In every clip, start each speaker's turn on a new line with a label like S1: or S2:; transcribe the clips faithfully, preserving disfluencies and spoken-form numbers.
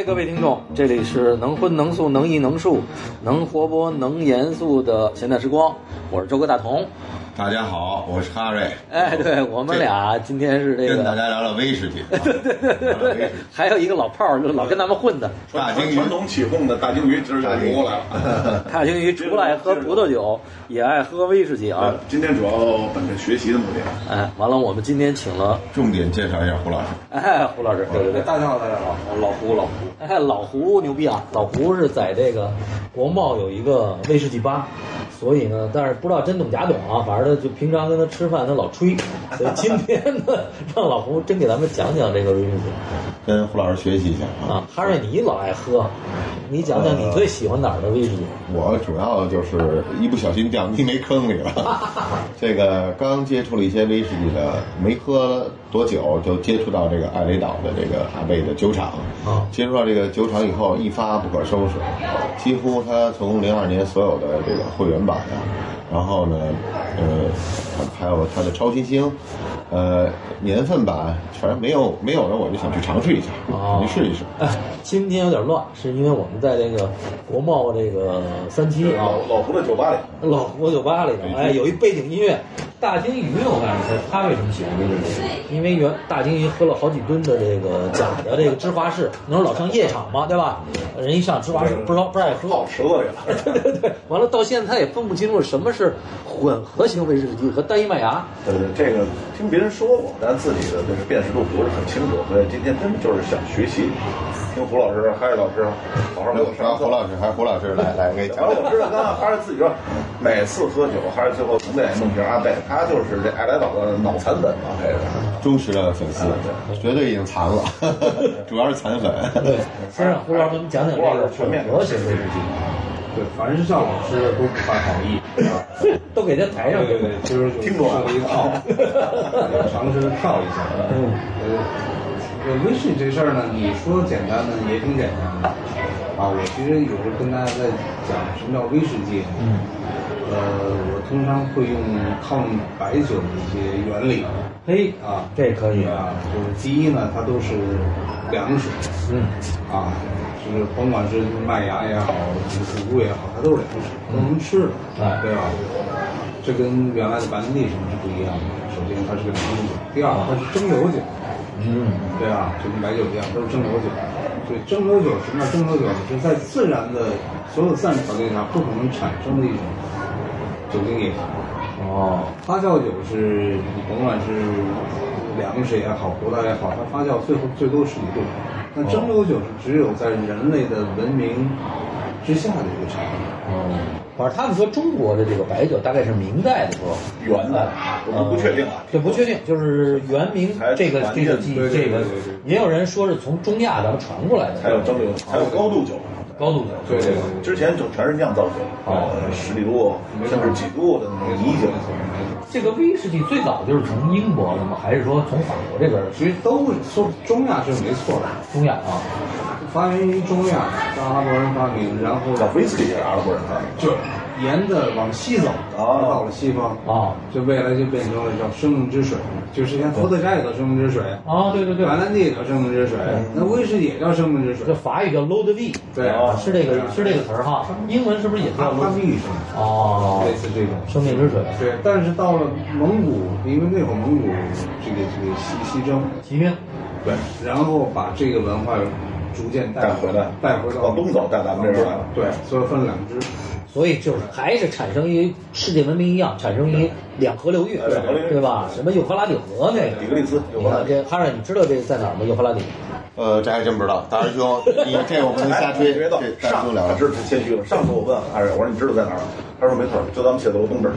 S1: 各位听众，这里是能荤能素能艺能术能活泼能严肃的闲谈时光，我是周哥大同。
S2: 大家好，我是哈瑞。
S1: 哎，对我们俩今天是这个
S2: 跟大家聊聊威士忌。
S1: 对对对对对对，还有一个老炮儿，就老跟咱们混的
S3: 大鲸鱼，传统起哄的大鲸鱼，今儿就过来了。
S1: 大鲸鱼除了爱喝葡萄酒，也爱喝威士忌啊。
S3: 今天主要本着学习的目的。
S1: 哎，完了，我们今天请了，
S2: 重点介绍一下胡老师。
S1: 哎，胡老师，对对对，
S4: 大家好，大家好，老胡，老胡。
S1: 哎，老胡牛逼啊！老胡是在这个国贸有一个威士忌吧。所以呢，但是不知道真懂假懂啊，反正就平常跟他吃饭，他老吹。所以今天呢，让老胡真给咱们讲讲这个威士忌，
S2: 跟胡老师学习一下啊。
S1: 啊，哈瑞，你老爱喝，你讲讲你最喜欢哪儿的威士忌？
S2: 我主要就是一不小心掉泥煤坑里了。这个刚接触了一些威士忌的，没喝多久就接触到这个艾雷岛的这个阿贝的酒厂。
S1: 啊，
S2: 接触到这个酒厂以后，一发不可收拾，几乎他从零二年所有的这个会员版呀，然后呢，呃，还有它的超新星，呃，年份版，反正没有没有的，我就想去尝试一下，
S1: 哦，
S2: 去试一试。
S1: 哎，今天有点乱，是因为我们在这个国贸这个三期啊，
S3: 老老胡的酒吧里，
S1: 老胡酒吧里头，哎，有一背景音乐，大鲸鱼，我告诉你，他为什么喜欢威士忌？因为原大鲸鱼喝了好几吨的这个假的这个芝华士，那时候老上夜场嘛，对吧？人一上芝华士不知道不爱喝，
S3: 泡池子里了。
S1: 对对对，完了到现在他也分不清楚什么是混合型威士忌和单一麦芽。
S3: 对对，这个听别人说过，但自己的这个辨识度不是很清楚，所以今天真的就是想学习，听胡老师、哈瑞老师好好给我上课。
S2: 胡老师还是胡老师来来给讲。
S3: 然后我知道，刚刚哈瑞自己说，每次喝酒，哈瑞最后总得弄瓶阿贝，他就是这爱来岛的脑残粉嘛，这是
S2: 忠实的粉丝，绝对已经残了，主要是残粉。
S1: 对，先让胡老师给我们讲讲这个混合型威士忌。
S4: 对，凡是叫老师的都不怀好意，
S1: 都给他抬上去。
S4: 对对，今儿就
S3: 听懂了
S4: 一套，尝试跳一下。嗯，呃，威士忌这事儿呢，你说简单呢，也挺简单的。啊，我其实有时候跟大家在讲什么叫威士忌。嗯。呃，我通常会用套用白酒的一些原理。
S1: 嘿，
S4: 啊，
S1: 这可以
S4: 啊，就是第一呢，它都是凉水。嗯。啊。就是甭管是麦芽也好，谷物也好，它都是凉水，都能吃的，
S1: 哎，
S4: 对吧？这跟原来的白兰地什么是不一样的。首先，它是个凉酒；第二，它是蒸馏酒，
S1: 嗯，
S4: 对吧？就跟白酒一样，都是蒸馏酒。所以蒸馏酒什么叫蒸馏酒？是在自然的所有自然条件下不可能产生的一种酒精液体。
S1: 哦，
S4: 发酵酒是你甭管是粮食也好，葡萄也好，它发酵最后最多十几度。那蒸馏酒是只有在人类的文明之下的一个产物。
S1: 哦，反正他们说中国的这个白酒大概是明代的时候
S3: 元的，我不确定啊。
S1: 对，不确定，就是元明这个这个记这个，也有人说是从中亚咱们传过来的。
S3: 还有蒸馏，还有高度酒。
S1: 高度酒，
S4: 对对对，
S3: 之前就全是酿造酒，呃，十几度甚至几度的那种米酒。
S1: 这个威士忌最早就是从英国的吗？还是说从法国这边？
S4: 其实都说中亚是没错的，
S1: 中亚啊，
S4: 发源于中亚，是阿拉伯人发明，然后
S3: 威士忌也是阿拉伯人发明，
S4: 就沿着往西走，啊，到了西方
S1: 啊，
S4: 就未来就变成了叫生命之水，就是像伏特加也叫生命之水
S1: 啊，对对对，
S4: 白兰地也叫生命之水，那威士忌也叫生命之水，
S1: 这法语叫 l'eau de vie，
S4: 对，
S1: 是这个是这个词儿哈，英文是不是也叫
S4: l'eau de vie？ 哦，类似这种
S1: 生命之水。
S4: 对，但是到了蒙古，因为那会儿蒙古这个这个西西征
S1: 骑兵，
S4: 对，然后把这个文化逐渐带
S3: 回来，
S4: 带回到
S3: 往东走，带咱们这边来了。
S4: 对，所以分了两支。
S1: 所以就是还是产生于世界文明一样，产生于两河流域，对吧？什么幼发拉底河那个
S3: 底格里斯，
S1: 你看这哈瑞，你知道这个在哪儿吗？幼发拉底？
S2: 呃，这还真不知道。大师兄，你这我不能瞎吹。
S3: 这大师兄聊，这是谦虚了。上次我问哈瑞，我说你知道在哪儿吗？他说没错，就咱们写字楼东边。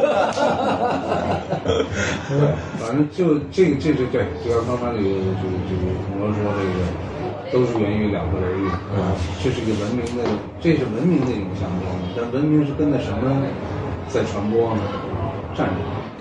S4: 对，反正就这个这是对，就像刚才这个这个这个同学说这个。都是源于两河流域，啊，这是一个文明的，这是文明的一种象征。但文明是跟着什么在传播呢？战争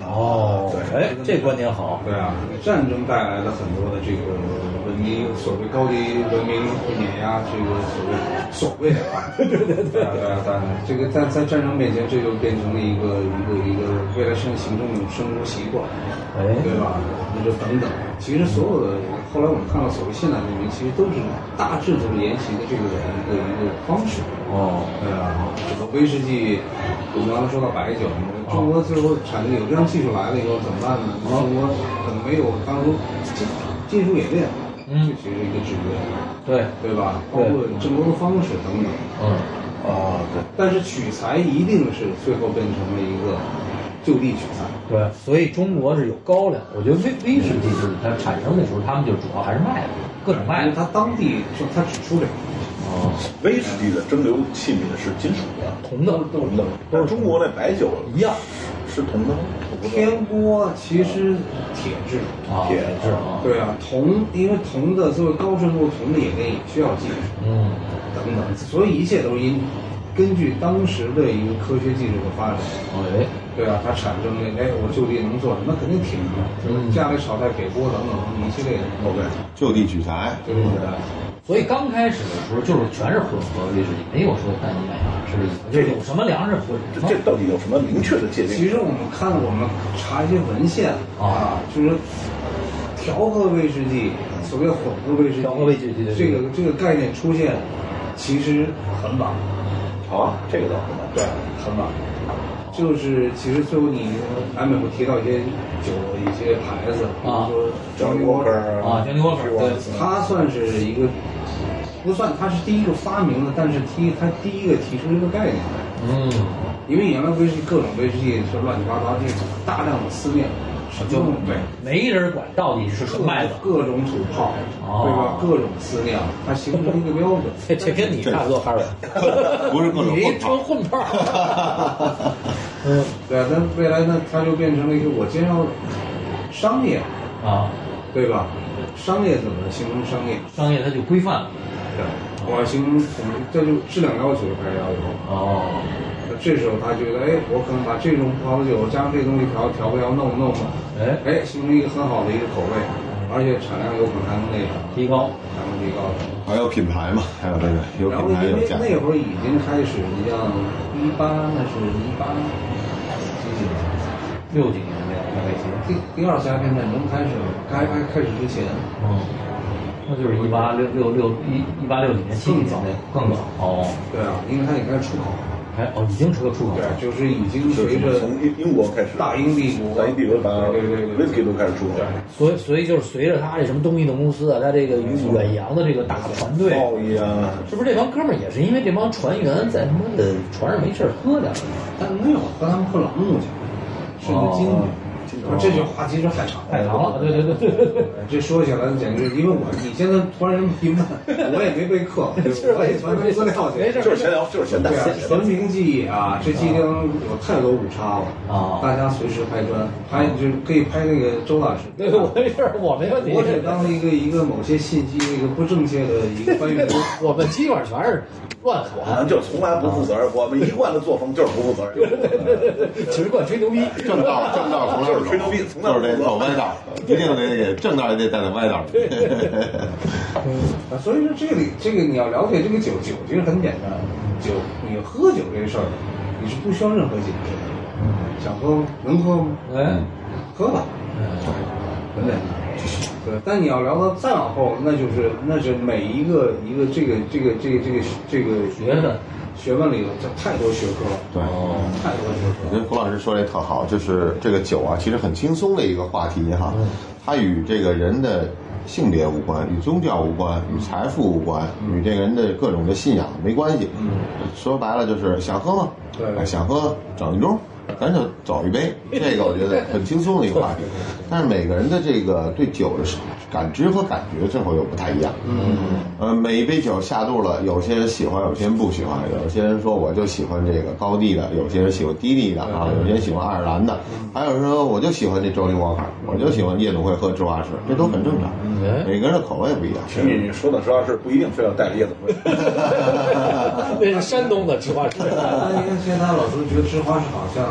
S1: 哦，哎，这观点好。
S4: 对啊，战争带来的很多的这个文明，所谓高级文明碾压这个所谓所谓的啊，对对对对啊对啊，当然这个在在战争面前，这就变成了一个一个一个未来生形成一种生活习惯，
S1: 哎，
S4: 对吧？那就等等。其实所有的后来我们看到所谓现代文明，其实都是大致都是沿袭的这个一个一个方式。
S1: 哦，
S4: 对啊，这个威士忌，我们刚才说到白酒，中国最后产生有这样技术来了以后怎么办呢？中国可能没有当初技技术演练，
S1: 嗯，
S4: 这其实一个制约，
S1: 对
S4: 对吧？包括蒸馏的方式等等，
S1: 嗯，
S3: 啊，对。
S4: 但是取材一定是最后变成了一个就地取材。
S1: 对，所以中国是有高粱。我觉得威威士忌是它产生的时候，他们就主要还是卖的，各种卖的。
S4: 它当地就它只出这个。
S1: 哦，
S3: 威士忌的蒸馏器皿是金属的，
S1: 铜的，
S3: 铜的。但是中国那白酒
S1: 一样，
S3: 是铜的吗？
S4: 天锅其实铁制，
S1: 啊，
S3: 铁
S1: 制啊，
S4: 对啊，铜因为铜的作为高纯度铜的冶炼也需要技术，
S1: 嗯，
S4: 等等，所以一切都是因根据当时的一个科学技术的发展。
S1: 哎，
S4: 对啊，它产生了，哎，我就地能做什么，那肯定挺的，就是家里炒菜给锅等等一系列的。
S3: OK，
S2: 就地取材，
S4: 对对对。
S1: 所以刚开始的时候就是全是混合威士忌，没有说单一麦芽，是这意思？就是有什么粮食混什么？
S3: 这到底有什么明确的界定？
S4: 其实我们看，我们查一些文献啊，就是调和威士忌，所谓混合威士忌，
S1: 调和威士忌
S4: 这个这个概念出现，其实很晚。
S3: 啊，这个倒很晚，
S4: 对，很晚。就是其实最后你俺们会提到一些酒的一些牌子，比如说 Johnny Walker
S1: 啊 ，Johnny Walker，对，
S4: 他算是一个不算，他是第一个发明的，但是提他第一个提出这个概念来。
S1: 嗯，
S4: 因为原来威士忌各种威士忌是乱七八糟，这种大量的思念，
S1: 就
S4: 对，
S1: 没人管到底是什么麦子，
S4: 各种土炮，对吧？各种思酿，它形成一个标准。
S1: 这这跟你差不多，哈瑞，
S2: 不是各种
S1: 你一纯混炮。嗯，
S4: 对啊，但未来呢，它就变成了一个我既然要商业
S1: 啊，
S4: 对吧？商业怎么形成商业？
S1: 商业它就规范了。
S4: 对，我要形成统一，这就质量要求开始要求。
S1: 哦，
S4: 那这时候他觉得，哎，我可能把这种葡萄酒加上这东西调调味要弄弄弄，
S1: 哎
S4: 哎，形成一个很好的一个口味，而且产量有可能还能那个
S1: 提高，
S4: 还能提高。
S2: 还有品牌嘛，还有这个有
S4: 然后
S2: 品牌
S4: 因为
S2: 有价值。
S4: 那会儿已经开始，你像一八，那是一八几几年，
S1: 六几年那个大概行。
S4: 第第二次鸦片战争开始，开开开始之前，
S1: 嗯，那就是一八六六六一一八六几年七几年更早哦。
S4: 对啊，因为它已经开始出口了。
S1: 哎哦，已经成了出口
S4: 对
S1: 了。，
S4: 就是已经随着
S3: 从英英国开始，
S4: 大英帝国，
S3: 大英帝国把
S4: 对对对
S3: 威士忌都开始出口。
S1: 所以所以就是随着他这什么东印度公司啊，他这个远洋的这个大团队，
S3: 贸易啊，
S1: 是不是这帮哥们儿也是因为这帮船员在他妈的船上没事儿喝点儿？
S4: 但没有和他们喝朗姆去，是个金
S1: 哦
S4: 句。这句话其实太长
S1: 太长了，对对对对对对。
S4: 这说起来简直，因为我你现在突然这么一问，我也没备课，我也传传资料去，
S1: 没事
S3: 就是闲聊，就是闲谈
S4: 对。啊，纯凭记忆啊，这记忆中有太多误差了
S1: 啊
S4: 大家随时拍砖，拍就是可以拍那个周老师。
S1: 对，我没事儿，我没问题。
S4: 我只当一个一个某些信息一个不正确的一个翻译。
S1: 我们基本上全是乱
S3: 我
S1: 喊，
S3: 们就从来不负责任，我们一贯的作风就是不负责任。
S1: 只管吹牛逼。
S2: 正道正道从来
S3: 就是吹牛逼，从来
S2: 就是得走歪道，一定得给正道也得带在歪道里。
S4: 啊，所以说这里这个你要了解这个酒，酒其实很简单，酒你喝酒这事儿，你是不需要任何解释的，想喝吗？能喝吗？
S1: 哎，
S4: 喝吧，很简单。对，但你要聊到再往后，那就是那是每一个一个这个这个这个这个这个
S1: 学问
S4: 学问里头，这太多学科了，
S2: 对，
S4: 太多学科了。
S2: 我觉得胡老师说这特好，就是这个酒啊，其实很轻松的一个话题哈，它与这个人的性别无关，与宗教无关，与财富无关，与这个人的各种的信仰没关系。说白了就是想喝吗？
S4: 对
S2: 哎想喝整一盅。咱就走一杯，这个我觉得很轻松的一个话题。但是每个人的这个对酒的感知和感觉，这会又不太一样。嗯，呃，每一杯酒下肚了，有些人喜欢，有些人不喜欢。有些人说我就喜欢这个高地的，有些人喜欢低地的啊，有些人喜欢爱尔兰的，还有人说我就喜欢这 Johnny Walker，我就喜欢夜总会喝芝华士，这都很正常。每个人的口味不一样。
S3: 其实你说的芝华士不一定非要带叶子味。
S1: 那是山东的芝华士。
S4: 那你看现在老师觉得芝华士好像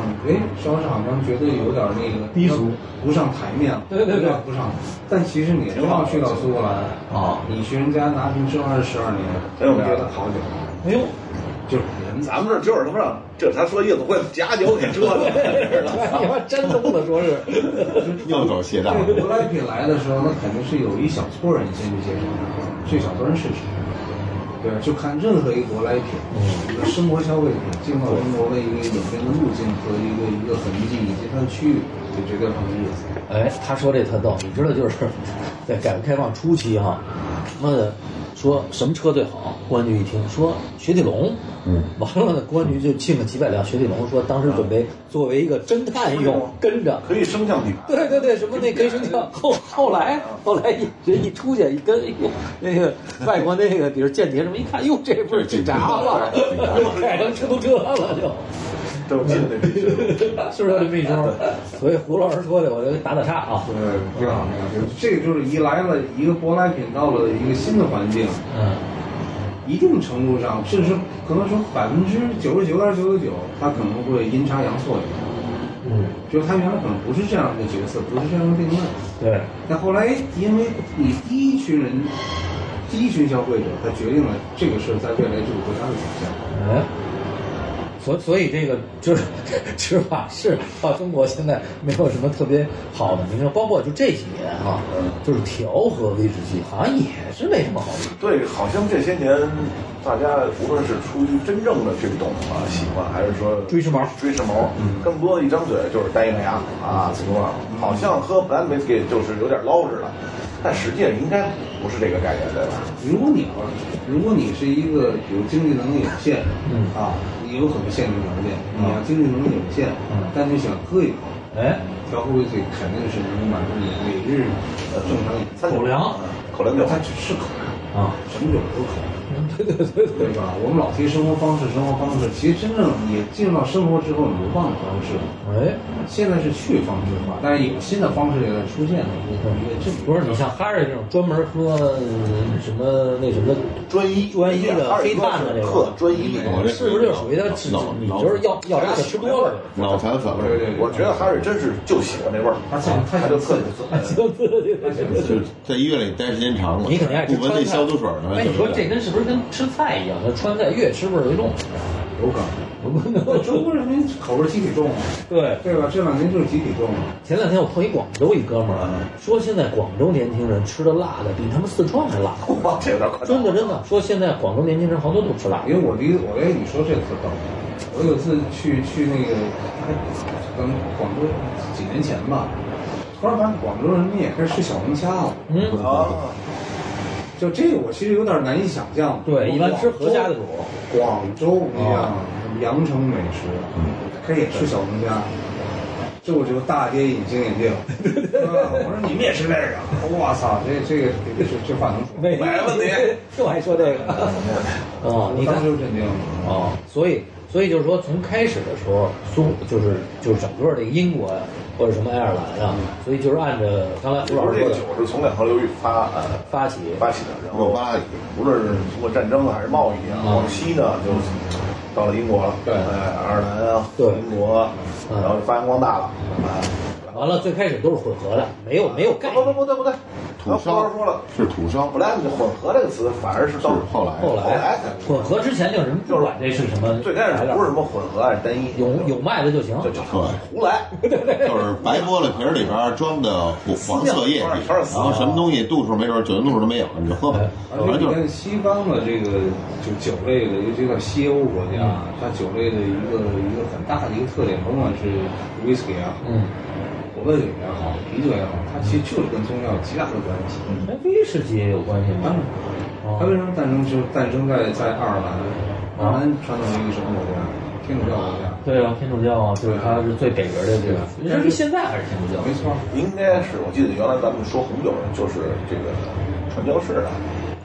S4: 哎，稍稍好像觉得有点那个
S1: 低俗，
S4: 不上台面了，
S1: 对对对，
S4: 不上。但其实你真要去到苏格兰
S1: 啊，
S4: 你去人家拿瓶生二十二年，
S3: 真有
S4: 觉得好久。
S1: 哎呦，
S4: 就是人，
S3: 咱们这就是他妈让这他说夜总会假酒给折了，
S1: 你妈真的不能说是
S2: 又走邪道。
S4: 这舶来品来的时候，那肯定是有一小撮人先去接受，这小撮人试试。对，就看任何一个舶来品，一个生活消费品进到中国的一个演变的路径和一个一个痕迹以及它的区域，就绝对很有意思。
S1: 哎，他说这特逗，你知道就是在改革开放初期哈，妈的说什么车最好？公安局一听说雪铁龙，嗯，完了呢，公安局就进了几百辆雪铁龙，说当时准备作为一个侦探用，跟着
S3: 可以升降底盘。
S1: 对对对，什么那可以升降。后后来后来一人一出去一跟，哎呦，那个外国那个比如间谍什么一看，哟，这不是警察吗？又改成出租车了就。
S3: 都进那必须，
S1: 是不是这秘书？所以胡老师说的，我就打打岔啊。
S4: 对，挺好，挺好。这个就是一来了一个舶来品到了一个新的环境，
S1: 嗯，
S4: 一定程度上，甚至可能说百分之九十九点九九九，它可能会阴差阳错一点。
S1: 嗯，
S4: 就他原来可能不是这样的角色，不是这样的定位。
S1: 对。
S4: 但后来因为你第一群人，第一群消费者，他决定了这个事在未来这个国家的走向。
S1: 哎。所所以这个就是执法是到中国现在没有什么特别好的名声，包括就这几年哈、啊，就是调和威士忌好像也是没什么好名。
S3: 对，好像这些年大家无论是出于真正的这种啊喜欢，还是说
S1: 追时髦，
S3: 追时髦，嗯，更多的一张嘴就是单一麦芽啊，怎么样？好像喝 blend whisky 就是有点捞似的。但实际上应该不是这个概念，对吧？
S4: 如果你要，如果你是一个比如经济能力有限，嗯啊，你有很多限制条件，你要经济能力有限，嗯，但你想喝一口，哎，调和威士忌肯定是能满足你每日呃正常
S1: 口粮，
S3: 口粮酒，
S4: 它只是口粮啊，什么酒都口粮。
S1: 对对对对
S4: 吧？我们老提生活方式，生活方式，其实真正你进入到生活之后，你就忘了方式。
S1: 哎，
S4: 现在是去方式化，但是有新的方式也在出现的。这
S1: 不是你像哈瑞这种专门喝什么那什么
S3: 专一
S1: 专一的黑炭的这个
S3: 专一，
S1: 是不是就属于他你就是要要渣的吃多了，
S2: 脑残粉
S3: 味？我觉得哈瑞真是就喜欢那味儿，
S4: 他他
S3: 他就特别
S1: 就刺激，
S2: 就在医院里待时间长了，
S1: 你肯定爱吃
S2: 不闻那消毒水呢。
S1: 哎，你说这跟是不是跟吃菜一样？那川菜越吃味儿越重，
S4: 有可能。中国人民口味集体重啊，
S1: 对
S4: 对吧？这两年就是集体重啊。
S1: 前两天我碰一广州一哥们儿，说现在广州年轻人吃的辣的比他们四川还辣。
S3: 哇，这有点夸张。
S1: 真的真的，说现在广州年轻人好多都吃辣。
S4: 因为我离我哎，你说这特逗。我有次去去那个，还跟广州几年前吧，突然发现广州人民也开始吃小龙虾了。
S1: 嗯
S3: 啊。
S4: 就这个我其实有点难以想象。
S1: 对，一般吃河虾的主。
S4: 广州你像阳城美食，可以吃小龙虾，这我就大跌隐形眼镜。我说你们也吃这个？我操，这这个这这话能说？
S1: 没问题，就爱说这个。哦，你看
S4: 就镇定了。
S1: 哦，所以所以就是说，从开始的时候，苏就是就是整个这个英国呀，或者什么爱尔兰啊，所以就是按照刚才胡老师说的，
S3: 酒是从两河流域发呃
S1: 发起
S3: 发起的，然后
S2: 发起，
S3: 无论是通过战争还是贸易啊，往西呢就到了英国了，
S4: 对，
S3: 哎，爱尔兰啊，
S1: 对，
S3: 英国，然后发扬光大了，哎。
S1: 完了，最开始都是混合的，没有没有概
S3: 念。不不不对不对，
S2: 土烧
S3: 说了
S2: 是土烧。
S3: 本来你混合这个词反而是到
S2: 后来
S1: 后来混合之前就是不管这是什么，
S3: 最开始不是什么混合还是单一，
S1: 有有卖的就行，
S3: 就就胡来，
S2: 就是白玻璃瓶里边装的黄色液体，然后什么东西度数没准酒精度数都没有，你就喝吧。
S4: 而且你看西方的这个就酒类的，尤其在西欧国家，它酒类的一个一个很大的一个特点，甭管是 whisky 啊，嗯。果味酒也好，啤酒也好，它其实就是跟宗教有极大的关系。
S1: 跟威士忌也有关系吗？
S4: 它为什么诞生是诞生在在爱尔兰？爱尔兰传统是一个什么国家？天主教国家。
S1: 对啊，天主教啊，就是它是最北边的这个。这是现在还是天主教？
S4: 没错，
S3: 应该是。我记得原来咱们说红酒就是这个传教士的。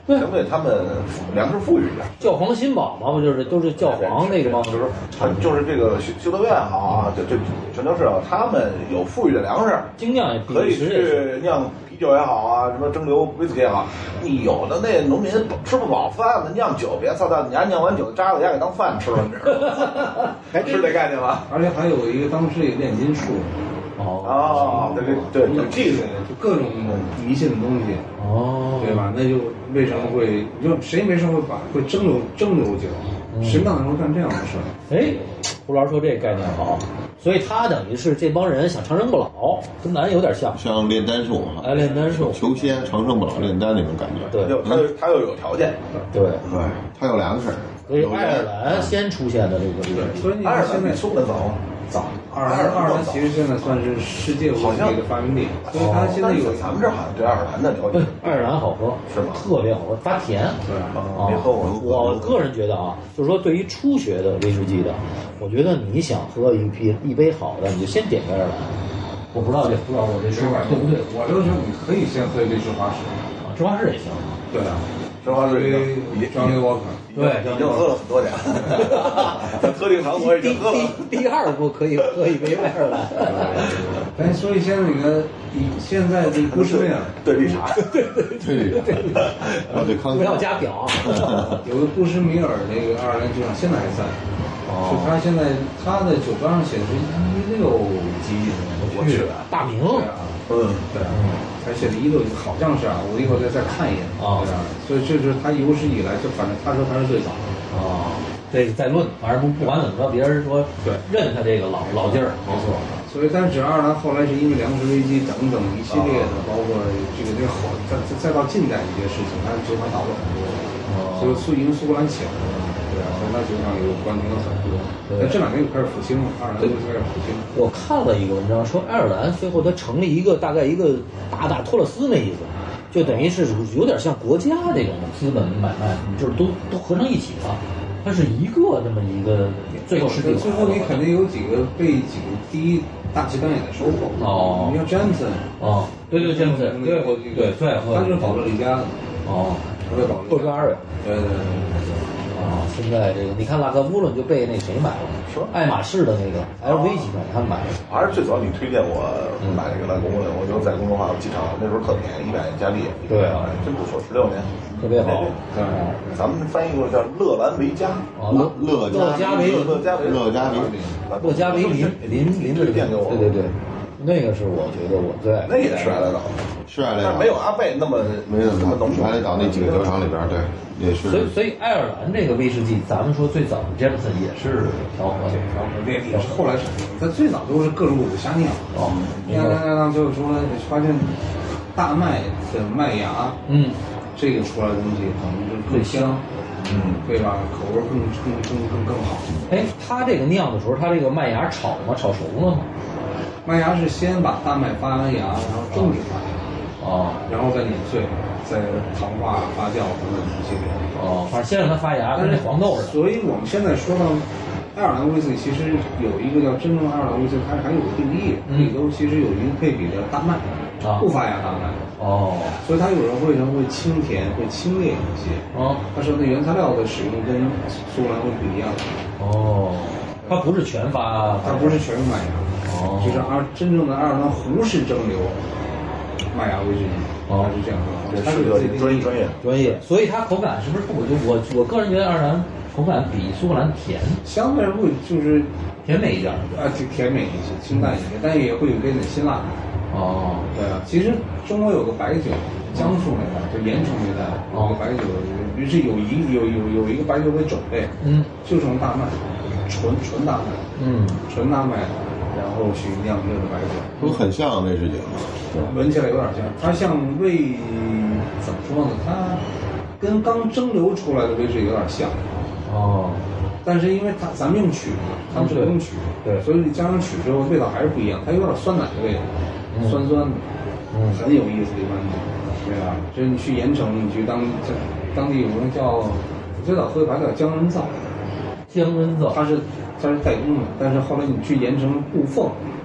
S3: 相对他们粮食富裕一点。
S1: 教皇新堡嘛，不就是都是教皇那个吗？
S3: 就是他就是这个修修道院好啊，这这传教士啊，他们有富裕的粮食，
S1: 精酿也比
S3: 可以
S1: 利时也是。
S3: 去酿啤酒也好啊，什么蒸馏威士忌也好。你有的那农民吃不饱饭的，酿酒别操蛋，你家酿完酒渣子家给当饭吃了，你知道吗？还吃这概念吗？
S4: 而且还有一个当时也炼金术。
S1: 哦
S3: 哦，对对对，有技术，
S4: 就各种迷信的东西，
S1: 哦，
S4: 对吧？那就为什么会，你就谁没事会把会蒸馏蒸馏酒？谁哪能干这样的事儿？
S1: 哎，胡老师说这个概念好，所以他等于是这帮人想长生不老，跟咱有点像，
S2: 像炼丹术啊，
S1: 哎，炼丹术，
S2: 求仙长生不老炼丹那种感觉。
S1: 对，
S3: 又他又他又有条件，
S1: 对，
S2: 对，他有两个事儿，
S1: 所以爱尔兰先出现的这个这个，
S4: 所以你
S3: 爱尔兰比
S4: 看现在
S3: 苏格兰早啊。
S4: 早，爱尔兰爱尔兰其实现在算是世界无敌的发源地，所以它现在有
S3: 咱们这儿好像对爱尔兰的了解，
S1: 爱尔兰好喝
S3: 是吗？
S1: 特别好喝，发甜。
S4: 对
S1: 啊，
S3: 没喝过。
S1: 我个人觉得啊，就是说对于初学的威士忌的，我觉得你想喝一批一杯好的，你就先点爱尔兰。我不知道这不知道我这说法对不对？
S4: 我就说你可以先喝一杯芝华士，
S1: 啊，芝华士也行。
S4: 对啊，
S3: 芝华士已经
S4: 张利沃克。
S1: 对，
S3: 已经喝了很多年了，在特定场所已经喝了。
S1: 第第二步可以喝一杯爱尔兰。
S4: 哎，所以现在那个，现在这布什米尔
S3: 对绿茶，
S2: 对对对，然后对康
S1: 不要加表。
S4: 有个布什米尔那个爱尔兰酒厂现在还在，
S1: 哦，
S4: 就他现在他的酒标上显示一六几，
S1: 我去大名。
S4: 对啊，
S3: 嗯，
S4: 对啊，还写的一六，好像是啊，我一会儿再再看一眼
S1: 啊。
S4: 对啊，所以这是他有史以来，就反正他说他是最早的
S1: 啊。这个再论，反正不不管怎么着，别人说
S4: 对
S1: 认他这个老老劲儿，
S4: 没错。所以，但是爱尔兰后来是因为粮食危机等等一系列的，包括这个这个后再再到近代一些事情，他酒厂倒了很多，所以苏因为苏格兰起来了，对啊，所以他酒厂有关停了很多。但这两年又开始复兴了，爱尔兰又开始复兴。
S1: 我看了一个文章说，爱尔兰最后他成立一个大概一个大大托勒斯那意思，就等于是有点像国家这种资本买卖，就是都都合成一起了。它是一个这么一个，最后是这个。
S4: 最后你肯定有几个被几个第一大旗杆也在收购。
S1: 哦，
S4: 你像詹森。
S1: 哦，对对詹森，对对对，
S4: 他就是保乐力加的。
S1: 哦，
S4: 他被保乐
S1: 布加尔。
S4: 对对对。
S1: 啊，现在这个你看拉克乌伦就被那谁买了，
S3: 是吧？
S1: 爱马仕的那个 L V 集团他们买了。
S3: 还是最早你推荐我买那个拉克乌伦，我就在公众号机场那时候特便宜，一百加币。
S1: 对啊，
S3: 真不错，十六年。
S1: 特别好，
S3: 对，咱们翻译过叫乐兰维加，
S1: 乐
S2: 乐
S1: 乐加维
S3: 乐加维
S2: 乐加维
S3: 乐
S1: 加维林林林的
S3: 店给我，
S1: 对对对，那个是我觉得我最爱，
S3: 那也是爱来岛，
S2: 是爱来岛，
S3: 但没有阿贝那么
S2: 没有
S3: 那么浓。
S2: 爱来岛那几个酒厂里边，对，也是。
S1: 所以所以爱尔兰这个威士忌，咱们说最早的詹姆森也是调和的，
S4: 调和这也是后来产生，它最早都是各种谷子瞎酿，
S1: 哦，
S4: 酿酿酿酿，最后出来发现大麦的麦芽，
S1: 嗯。
S4: 这个出来的东西可能就更香，嗯，对吧？口味更更更更更好。
S1: 哎，它这个酿的时候，它这个麦芽炒吗？炒熟了吗？
S4: 麦芽是先把大麦发完芽，然后种植发芽，
S1: 哦，
S4: 然后再碾碎，再糖化、发酵等等一系列。
S1: 哦，反正先让它发芽，跟那黄豆似的。
S4: 所以我们现在说到爱尔兰威士忌，其实有一个叫真正爱尔兰威士忌，它还有个定义，里头其实有一个配比的大麦，
S1: 啊，
S4: 不发芽大麦。
S1: 哦，
S4: 所以它有人会认为清甜，会清冽一些。
S1: 哦，
S4: 它说那原材料的使用跟苏格兰会不一样。
S1: 哦，它不是全发，
S4: 它不是全用麦芽。
S1: 哦，
S4: 就是阿真正的爱尔兰壶式蒸馏麦芽威士忌。
S1: 哦，
S4: 是这样的。
S3: 它是个专业专业
S1: 专业，所以它口感是不是？我就我我个人觉得爱尔兰口感比苏格兰甜，
S4: 相对会就是
S1: 甜美一点，
S4: 啊，甜甜美一些，清淡一些，但也会有一点点辛辣。
S1: 哦，
S4: 对啊，其实中国有个白酒，江苏那带，就盐城那带有个白酒，于是有一有有有一个白酒的种类，
S1: 嗯，
S4: 就是用大麦，纯纯大麦，
S1: 嗯，
S4: 纯大麦，然后去酿这个白酒，
S2: 都很像威士忌，
S4: 闻起来有点像，它像味怎么说呢？它跟刚蒸馏出来的威士忌有点像，
S1: 哦。
S4: 但是因为它咱们用曲嘛，他们是不用曲，
S1: 对，
S4: 所以你加上曲之后味道还是不一样，它有点酸奶的味道，
S1: 嗯、
S4: 酸酸的，
S1: 嗯，
S4: 很有意思的一款酒，对吧？就是你去盐城，你去当当地有个叫，我最早喝的牌叫江恩造，
S1: 江恩造，
S4: 它是它是代工的，但是后来你去盐城雾凤，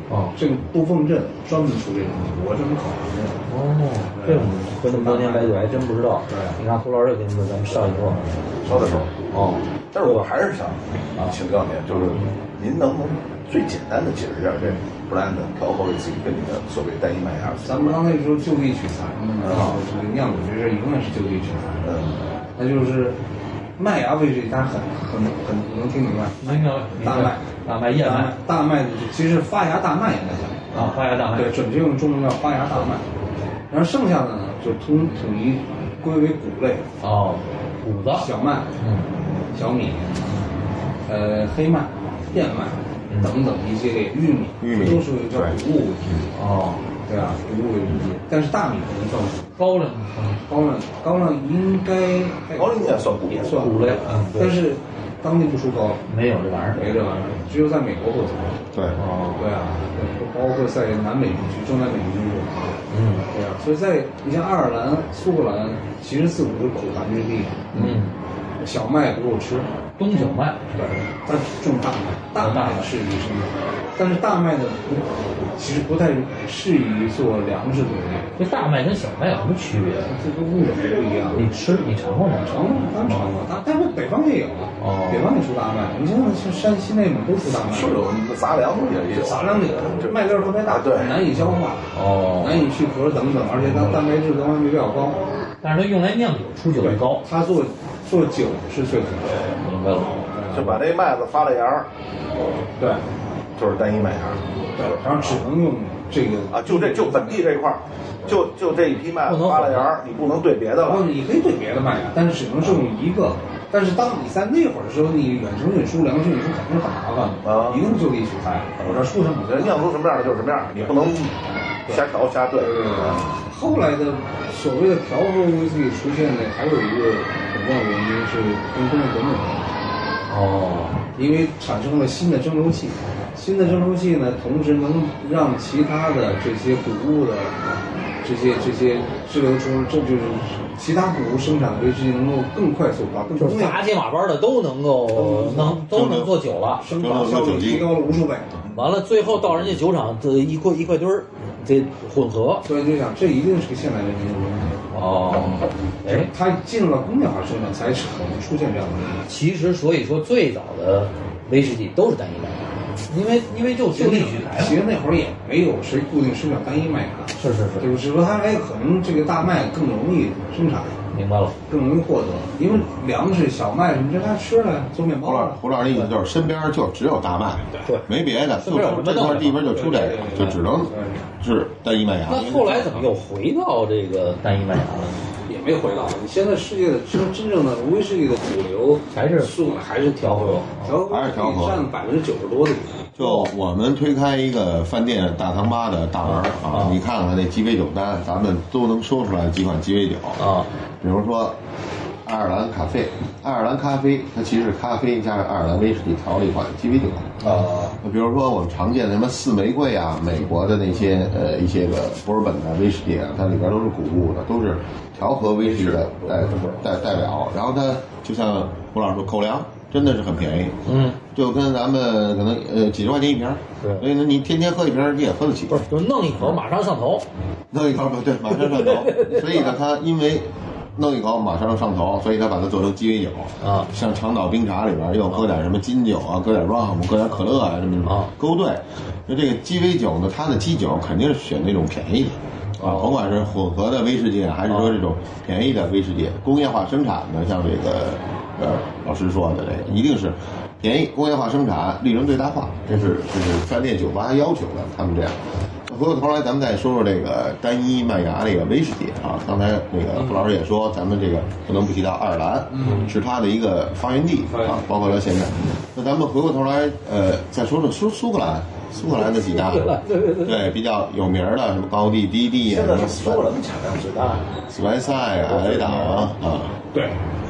S1: 哦，
S4: 这个杜凤镇专门出这种我这么考的。
S1: 哦，这种喝那么多年白酒还真不知道。
S4: 对，
S1: 你看胡老师又给你们咱们上一桌，
S3: 烧的时候。
S1: 哦，
S3: 但是我还是想请教您，就是您能不能最简单的解释一下这 blend 调和自己跟你的所谓单一麦芽？
S4: 咱们刚才说就地取材啊，这个酿酒这事永远是就地取材。
S3: 嗯，
S4: 那就是麦芽威士忌，大家很很很能听明白。
S1: 明白
S4: 大麦、
S1: 大麦、燕麦、
S4: 大麦的其实发芽大麦应该讲
S1: 啊，发芽大麦。
S4: 对，准确用中文叫发芽大麦。然后剩下的呢，就统统一归为谷类。
S1: 哦，谷子、
S4: 小麦、
S1: 嗯，
S4: 小米、呃黑麦、燕麦等等一系列玉米，
S2: 玉米
S4: 都属于叫谷物为主。
S1: 哦，
S4: 对啊，谷物为主。但是大米不能算谷。
S1: 高粱，
S4: 高粱高粱应该
S3: 高粱应该算谷
S4: 也算
S1: 谷类，嗯，
S4: 但是当地不出高粱，
S1: 没有这玩意儿，
S4: 没这玩意儿，只有在美国会出。
S2: 对，
S1: 哦，
S4: 对啊，包括在南美地区、中南美地区有。
S1: 嗯，
S4: 对啊，所以在你像爱尔兰、苏格兰，其实自古是苦寒之地，
S1: 嗯，
S4: 小麦不够吃，
S1: 冬小麦，
S4: 对，但种大麦，大麦适于生长，但是大麦呢不，其实不太适于做粮食作物。
S1: 这大麦跟小麦有什么区别？
S4: 这个物种不一样。
S1: 你吃你尝过吗？
S4: 尝过，当然尝过，但但是北方也有啊，
S1: 哦
S4: 北方也出大麦，你像像山西、内蒙都出大麦，
S3: 是有杂粮也也有，
S4: 杂粮里这麦粒儿特别大，
S3: 对，
S4: 难以消化，
S1: 哦，
S4: 难以去壳等等，而且它蛋白质各方面比较高，
S1: 但是它用来酿酒出酒率高。
S4: 它做做酒是最可能的。
S1: 明白了，
S3: 就把这麦子发了芽儿，
S4: 对
S3: 就是单一麦芽。
S4: 对，然后只能用这个
S3: 啊，就这就本地这块儿，就就这一批麦子发了芽儿，你不能对别的了。
S4: 不，你可以对别的麦芽，但是只能是用一个。但是当你在那会儿的时候，你远程运输、粮食运输肯定是很麻烦的，
S3: 啊
S4: 一定就地取材。我这出什么？
S3: 人酿出什么样的就是什么样，你不能瞎调瞎兑。
S4: 后来的所谓的调和威士忌出现的，还有一个很重要的原因是跟工业革命有关。
S1: 哦，
S4: 因为产生了新的蒸馏器，新的蒸馏器呢，同时能让其他的这些谷物的这些这些滞留出，这就是其他谷物生产的威士忌能够更快速化、更
S1: 就是
S4: 工业
S1: 杂七马八的都能够能都能做酒了。
S4: 生产效率提高了无数倍。
S1: 完了，最后到人家酒厂这一块一块堆儿，这混合。
S4: 所以就想，这一定是个现代文明的东西。
S1: 哦，哎，
S4: 它进入了工业化生产，才可能出现这样的问题。
S1: 其实所以说最早的威士忌都是单一麦芽，因为因为就就地取材
S4: 其实那会儿也没有谁固定生产单一麦芽，
S1: 是是是，
S4: 就是说它还可能这个大麦更容易生产。
S1: 明白了，
S4: 更容易获得，因为粮食、小麦什么这它吃的做面包。
S2: 胡老胡老师的意思就是身边就只有大麦，
S1: 对，
S2: 没别的，就这块地方就出这个，就只能是单一麦芽。
S1: 那后来怎么又回到这个单一麦芽了？
S4: 也没回到。你现在世界的真真正的威士忌的主流
S1: 还是
S4: 素还是调和，调和
S2: 还是调和
S4: 占百分之九十多的比例。
S2: 就我们推开一个饭店大堂吧的大门啊，你看看那鸡尾酒单，咱们都能说出来几款鸡尾酒
S1: 啊，
S2: 比如说爱尔兰咖啡，爱尔兰咖啡它其实是咖啡加上爱尔兰威士忌调了一款鸡尾酒啊。比如说我们常见的什么四玫瑰啊，美国的那些呃一些个波尔本的威士忌啊，它里边都是谷物的，都是调和威士忌的代代代表。然后它就像胡老师说，口粮真的是很便宜，
S1: 嗯，
S2: 就跟咱们可能呃几十块钱一瓶，
S1: 对，
S2: 所以呢你天天喝一瓶你也喝得起，
S1: 不是，就弄一口马上上头，
S2: 弄一口对，马上上头。所以呢，它因为弄一口马上上头，所以他把它做成鸡尾酒
S1: 啊，
S2: 像长岛冰茶里边又搁点什么金酒啊，搁点 rum， 搁点可乐啊，什么
S1: 啊
S2: 勾兑。那这个鸡尾酒呢，它的基酒肯定是选那种便宜的。啊，甭管是混合的威士忌，还是说这种便宜的威士忌，工业化生产的，像这个呃老师说的，这个一定是便宜、工业化生产、利润最大化，这是这是饭店酒吧要求的，他们这样。回过头来，咱们再说说这个单一麦芽这个威士忌啊。刚才那个傅老师也说，咱们这个不能不提到爱尔兰，嗯，是它的一个发源地啊，包括到现在。那咱们回过头来，呃，再说说苏苏格兰。苏格兰的几大，对比较有名的，什么高地、低地啊，
S3: 现在是苏格兰产量最大，
S2: 斯莱塞、艾雷岛啊，啊，
S4: 对，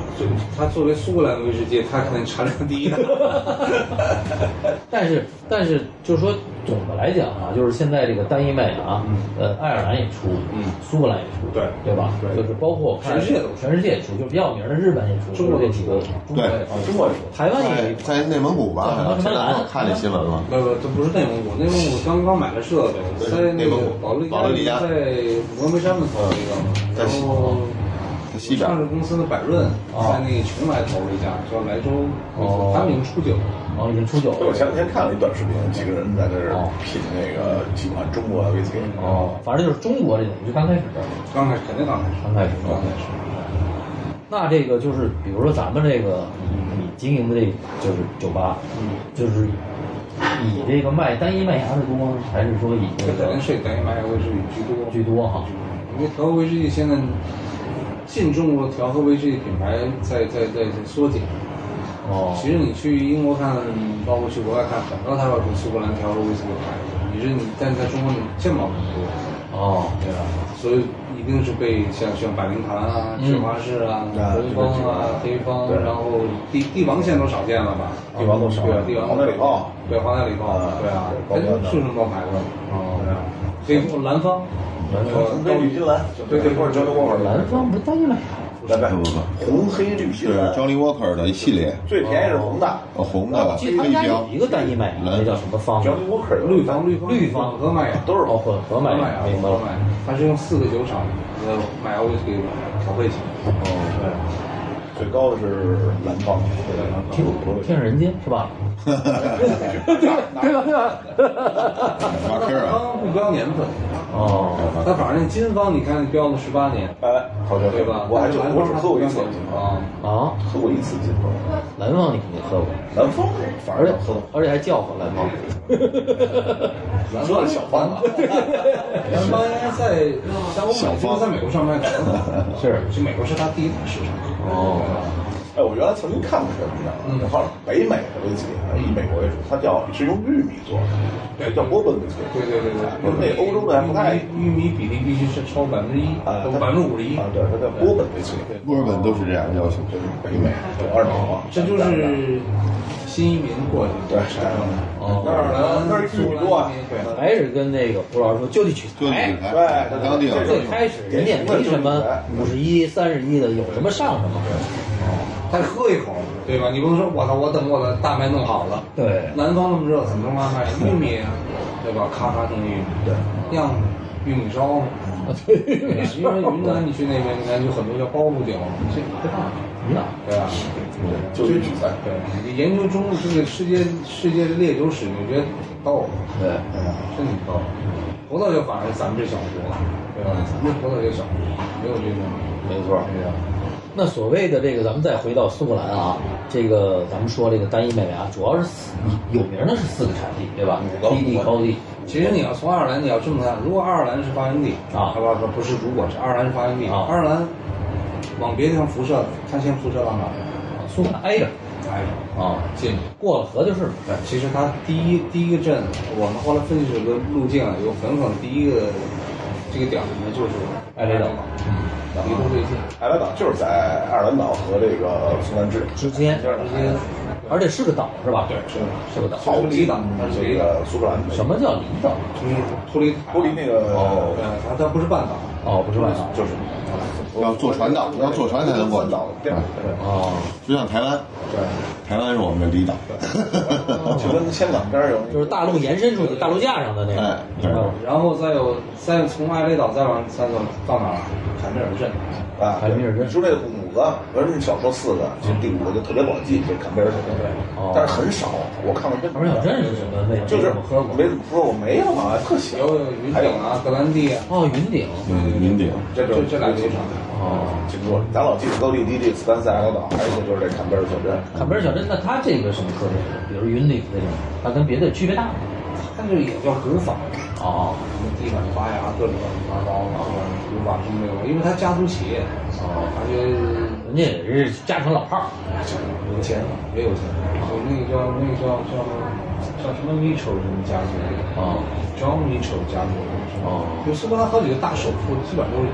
S4: 就它作为苏格兰威士忌，它肯定产量第一的。
S1: 但是但是就是说总的来讲啊，就是现在这个单一麦芽，呃，爱尔兰也出，
S4: 嗯，
S1: 苏格兰也出，
S4: 对
S1: 对吧？
S4: 对
S1: 就是包括我看
S4: 全世界都出
S1: 全世界也出，就是比较有名的日本也出，
S4: 中国
S1: 这几个，中国也出，
S3: 中国也出，
S1: 台湾也
S2: 在在内蒙古吧，好像前两天我看那新闻了。
S4: 不不，这不是内蒙古，内蒙古刚刚买了设备，在那个保利
S2: 保利加
S4: 在峨眉山的投了一个，然后
S2: 西边
S4: 上市公司的百润在那个邛崃投了一家，叫莱州，他们已经出酒了。
S1: 哦，已经出酒了。
S3: 我前两天看了一段视频，几个人在这儿品那个几款中国的威士忌。
S1: 哦，反正就是中国这等于是刚开始，
S4: 刚开始肯定刚开始，
S1: 刚开始，
S4: 刚开始。
S1: 那这个就是，比如说咱们这个你经营的这就是酒吧，
S4: 嗯，
S1: 就是以这个卖单一麦芽的多，还是说以这
S4: 这肯
S1: 个
S4: 定是以单一麦芽威士忌居多
S1: 居多哈？
S4: 因为调和威士忌现在进中国调和威士忌品牌在在在在缩减。
S1: 哦，
S4: 其实你去英国看，包括去国外看，很多它要出苏格兰调和威士忌牌子，你是你但在中国你见不到很多。
S1: 哦，
S4: 对吧？所以一定是被像像百灵坛啊、雪花士啊、红方啊、黑方，然后帝帝王现在都少见了吧？
S3: 帝王都少，
S4: 对，帝王
S3: 皇家礼炮，
S4: 对，皇家礼炮，对啊，哎，是这么多牌子。
S1: 哦，
S4: 对啊，黑方、蓝方，
S1: 蓝方、
S3: 红黑绿金蓝，对对，不是 Johnny Walker，
S1: 蓝方不是单一麦芽？
S3: 不不
S2: 不不，
S3: 红黑绿
S2: 是 Johnny Walker 的一系列，
S3: 最便宜是红的，
S2: 哦红的，
S1: 其实他们家有一个单一麦芽，那叫什么方
S3: ？Johnny Walker
S4: 绿方、绿方、
S1: 绿方
S4: 和麦芽
S1: 都是哦混合麦芽，明白了。
S4: 它是用四个酒厂的麦芽威士忌调配起来。
S1: 哦，
S3: 对，最高的是蓝方，
S1: 天天上人间是吧？对吧对吧？
S2: 马克啊，
S4: 方不标年份。
S1: 哦，
S4: 它反正金方你看标了十八年，
S3: 哎，好像
S4: 对吧？
S3: 我还就我只喝过一次金
S4: 啊
S1: 啊，
S3: 喝过一次金方，
S1: 蓝方你肯定喝过，
S3: 蓝方反
S1: 而且
S3: 而喝过，
S1: 而且还叫唤蓝方，
S3: 蓝方是小方啊，
S4: 蓝方应该在在欧美，就是在美国上卖，
S1: 是
S4: 去美国是它第一大市场。
S1: 哦。
S3: 哎，我原来曾经看过这个，你知道吗？好像北美的威士忌以美国为主，它叫是用玉米做的，对，叫波本威士忌。
S4: 对对对对，
S3: 跟那欧洲的还不太
S4: 玉米比例必须是超百分之一，
S3: 啊，
S4: 百分之五十一
S3: 啊，对，它叫波本威士忌。
S2: 墨尔本都是这样要求，
S3: 就是北美，对，二美嘛，
S4: 这就是新移民过去
S3: 对，
S4: 产生的。
S1: 哦，
S3: 那儿那儿玉米多啊，
S4: 对，
S1: 还是跟那个胡老师说就地取
S2: 就地
S1: 材
S2: 取。材，
S3: 对，
S2: 当地
S1: 最开始人家没什么五十一、三十一的，有什么上什么。
S4: 他喝一口，对吧？你不能说我操，我等我的大麦弄好了。
S1: 对，
S4: 南方那么热，怎么弄大麦？玉米，对吧？咔咔弄玉米，
S3: 对，
S4: 酿玉米烧。
S1: 对，
S4: 因为云南你去那边，你看有很多叫包谷酒，这不大
S1: 一样，
S4: 对吧？
S3: 就地取材。
S4: 对，你研究中这个世界世界的烈酒史，你觉得到了？
S1: 对，
S4: 对吧？真挺高。葡萄酒反而咱们这小国，对吧？咱们葡萄酒小国，没有这种。
S1: 没错。对呀。那所谓的这个，咱们再回到苏格兰啊，这个咱们说这个单一麦芽，主要是四有名的是四个产地，对吧？低地、高地。
S4: 其实你要从爱尔兰，你要这么看，如果爱尔兰是发源地
S1: 啊，
S4: 不不不是，如果是爱尔兰是发源地，
S1: 啊，
S4: 爱尔兰往别地方辐射，它先辐射到哪儿？
S1: 苏格兰挨着，
S4: 挨着
S1: 啊，
S4: 近，
S1: 过了河就是了。
S4: 对，其实它第一第一个镇，我们后来分析这个路径啊，有很可能第一个这个点呢就是
S1: 艾雷岛，
S4: 嗯，离得最近。
S3: 艾雷岛就是在爱尔兰岛和这个苏格兰之
S1: 之间，
S4: 之间，
S1: 而且是个岛是吧？
S4: 对，是
S1: 是个岛。
S3: 好
S4: 离岛，
S3: 它是这个苏格兰。
S1: 什么叫离岛？
S4: 就是脱离
S3: 脱离那个
S1: 哦，
S4: 对，它它不是半岛，
S1: 哦，不是半岛，
S3: 就是
S2: 要坐船岛，要坐船才能过去。
S3: 对，
S1: 哦，
S2: 就像台湾，
S3: 对，
S2: 台湾是我们的离岛，
S3: 就跟香港边有，
S1: 就是大陆延伸出去，大陆架上的那个。
S2: 哎，对，
S4: 然后再有再从艾雷岛再往再走到哪儿？坎贝尔镇。
S3: 啊，
S1: 坎贝尔镇。
S3: 你说这五个，而你少说四个，其实第五个就特别不好记，这坎贝尔镇，
S1: 哦，
S3: 但是很少，我看过这。
S1: 坎贝尔镇是什么味道？
S3: 就是
S1: 喝过，
S3: 没怎么喝过，没有啊，特小。
S4: 有云顶啊，格兰蒂啊。
S1: 哦，云顶。
S2: 嗯，云顶。
S3: 这
S4: 这这俩酒厂。
S1: 哦，
S3: 记不住了，咱老记得高地低地、斯丹塞艾雷岛，还有一个就是这坎贝尔小镇。
S1: 坎贝尔小镇，那它这个什么特点？比如云顶这种，它跟别的区别大吗？
S4: 它这也叫古法。
S1: 哦，
S4: 什么地板发芽，各种乱七八糟的，古法什么没有，因为它家族企业，
S1: 哦，
S4: 而且
S1: 人家也是家常老炮儿，
S4: 有钱也有钱，有那个叫那个叫叫叫什么 Mitchell 什么家族，
S1: 哦
S4: ，John Mitchell 家族，
S1: 哦，
S4: 就苏格兰好几个大首富，基本都是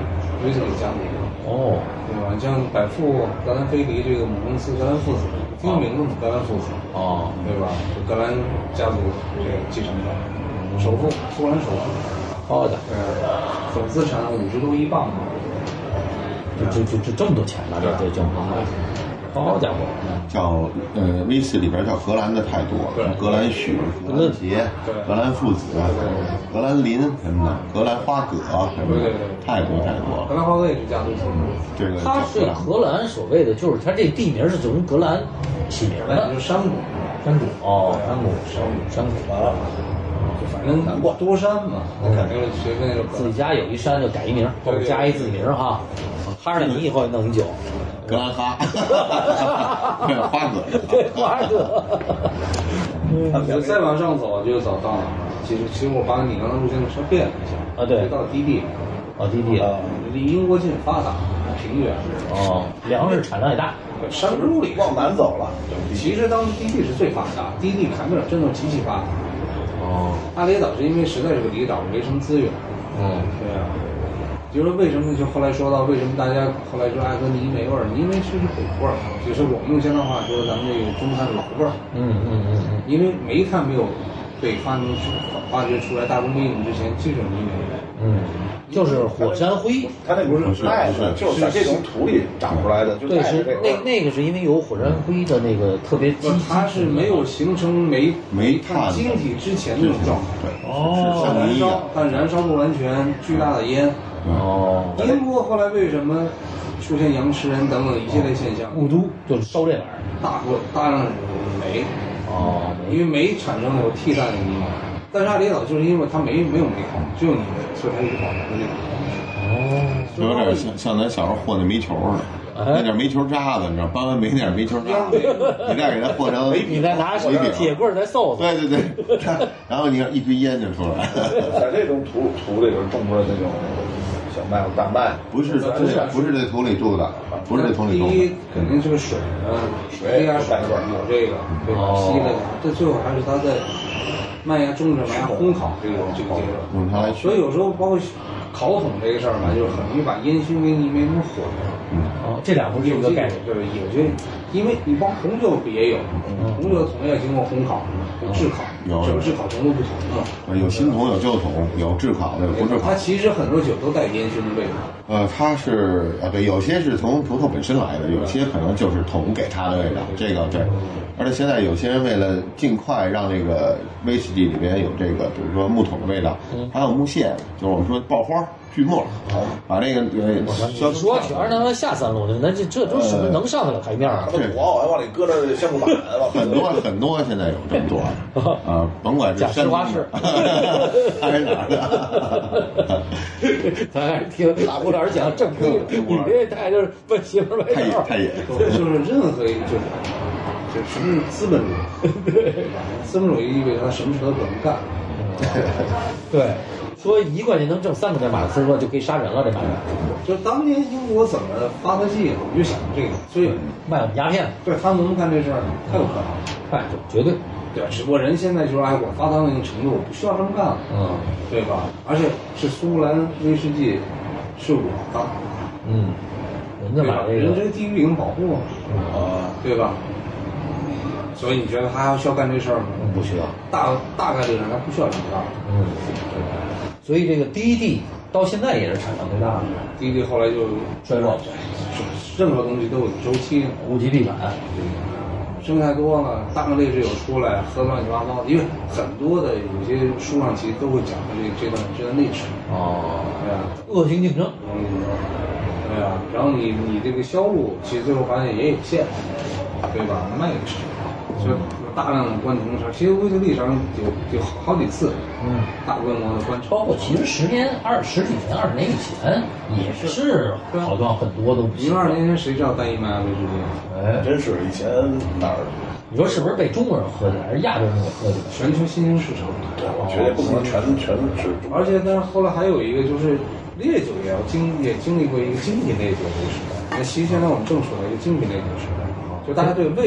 S4: 威士忌家族。
S1: 哦，
S4: 对吧？像百富、格兰菲迪这个母公司格兰父子，听名字嘛，格兰父子，
S1: 哦，
S4: 对吧？就格兰家族这个继承者，首富，苏兰首富。
S1: 好的，
S4: 对，总资产五十多亿镑嘛。
S1: 就就就这么多钱呢，这这挣，好家伙！
S2: 叫呃威士里边叫格兰的太多了，格兰许、格兰杰、格兰父子、格兰林什么的，格兰花葛什么的，太多太多了。
S4: 格兰花葛也是家族企业。
S2: 这个
S1: 他对荷兰所谓的就是他这地名是从格兰起名的，
S4: 就是山谷，
S1: 山谷哦，山谷
S4: 山谷
S1: 山谷啊，
S4: 就反正多山嘛，改名了学跟那个
S1: 自己家有一山就改一名，后边加一自己名哈。哈尔尼以后弄一酒，
S2: 格兰哈，花葛，
S1: 对花葛。
S4: 就再往上走就走到哪儿？其实其实我把你刚才路线稍变了一下
S1: 啊，对，
S4: 到低地，
S1: 哦低地
S4: 啊，离英国近发达，平原
S1: 哦，粮食产量也大，
S4: 山沟里
S3: 往南走了。
S4: 其实当时低地是最发达，低地坎贝尔真的极其发达。
S1: 哦，
S4: 阿列岛是因为实在是个离岛，没什么资源。
S1: 嗯，
S4: 对啊。就是为什么就后来说到为什么大家后来说爱喝泥煤味儿？泥煤是北味儿，就是我们用现代话说咱们这个中餐老味儿。
S1: 嗯嗯嗯嗯，
S4: 因为煤炭没有被发明出发掘出来，大众没用之前就是泥煤。
S1: 嗯，就是火山灰。
S3: 它那不是艾子，就是在这种土里长出来的。
S1: 对，是那那个是因为有火山灰的那个特别基，
S4: 它是没有形成煤
S2: 煤
S4: 炭晶体之前那种状态。
S2: 对，
S1: 哦，
S4: 燃烧，但燃烧不完全，巨大的烟。
S1: 哦，
S4: 英国后来为什么出现羊吃人等等一系列现象？
S1: 雾都就是烧这玩意儿，
S4: 大过大量煤。
S1: 哦，
S4: 因为煤产生了有替代的泥煤，但是阿里岛就是因为它没没有煤矿，只有泥煤，所以它一直保留这个。
S1: 哦，
S2: 有点像像咱小时候和那煤球似的，那点煤球渣子，你知道，搬完煤那点煤球渣子，你再给它和成，
S1: 你再拿铁棍再搜搜，
S2: 对对对，然后你看一堆烟就出来。
S3: 在这种土土里边种出来那种小麦或大麦，
S2: 不是不是不是在土里种的，不是在土里种的。
S4: 第一肯定是个水啊，水呀水有这个，对吧？吸了，这最后还是它在麦芽种植、麦芽烘烤这个这个阶段。
S2: 嗯，它来
S4: 所以有时候包括烤桶这个事儿嘛，就是很容易把烟熏跟泥煤弄混了。
S2: 嗯，
S1: 哦，这两不是一个概念，
S4: 对，有些，因为你包括红酒不也有，红酒的桶也经过烘烤、炙烤，这个炙烤程度不同嘛。
S2: 有新桶，有旧桶，有炙烤的，有不炙烤。
S4: 它其实很多酒都带烟熏的味道。
S2: 呃，它是啊，对，有些是从葡萄本身来的，有些可能就是桶给它的味道。这个对，而且现在有些人为了尽快让这个威士忌里边有这个，比如说木桶的味道，还有木屑，就是我们说爆花。锯末，把这个呃，
S1: 说全是他妈下三路的，那这这都什么能上得了台面啊？
S3: 对，我还往里搁着香菇板，
S2: 很多很多现在有这么多啊，甭管是
S1: 假实话是，
S2: 还是哪儿的，
S1: 咱还是听大胡老师讲正规，你这太就是奔邪门歪道，
S2: 太野，
S4: 就是任何一就是就什么是资本主义，对，资本主义意味着他什么事都不能干，
S1: 对。说一块钱能挣三个点马克思说就可以杀人了，这玩意儿。
S4: 就当年英国怎么发科技，我们就想这个，所以
S1: 卖我们鸦片。
S4: 对他能不能干这事儿，太有可能，
S1: 干绝对。
S4: 对吧？只不过人现在就是哎，我发到那个程度，我不需要这么干了，
S1: 嗯，
S4: 对吧？而且是苏格兰威士忌，是我的，
S1: 嗯，人家把这个
S4: 人这地域已经保护了，啊，对吧？所以你觉得他还需要干这事儿吗？
S1: 不需要，大
S4: 大概率上他不需要这么干。
S1: 嗯，对。所以这个低地到现在也是产量最大的，
S4: 低地后来就
S1: 衰落，
S4: 任何东西都有周期，
S1: 物极必反。
S4: 生太多了，大量劣质有出来，喝乱七八糟的，因为很多的有些书上其实都会讲的这这段这段历史。
S1: 哦，
S4: 对啊，
S1: 恶性竞争，
S4: 对啊，然后你你这个销路其实最后发现也有限，对吧？卖也是，所以大量的关停车，其实威特历史上有有好几次，嗯，大规模的关停，
S1: 包括其实十年、二十几年、二十年以前也是，好像很多都不行。
S4: 零二年前谁知道单一麦芽威士忌？
S3: 哎，真是以前哪儿？
S1: 你说是不是被中国人喝的，还是亚洲人给喝的？
S4: 全球新兴市场，
S3: 对，我觉得不可能全全是。
S4: 而且，但是后来还有一个就是烈酒也要经也经历过一个精品烈酒的时代。那其实现在我们正处在一个精品烈酒时代，就大家对味道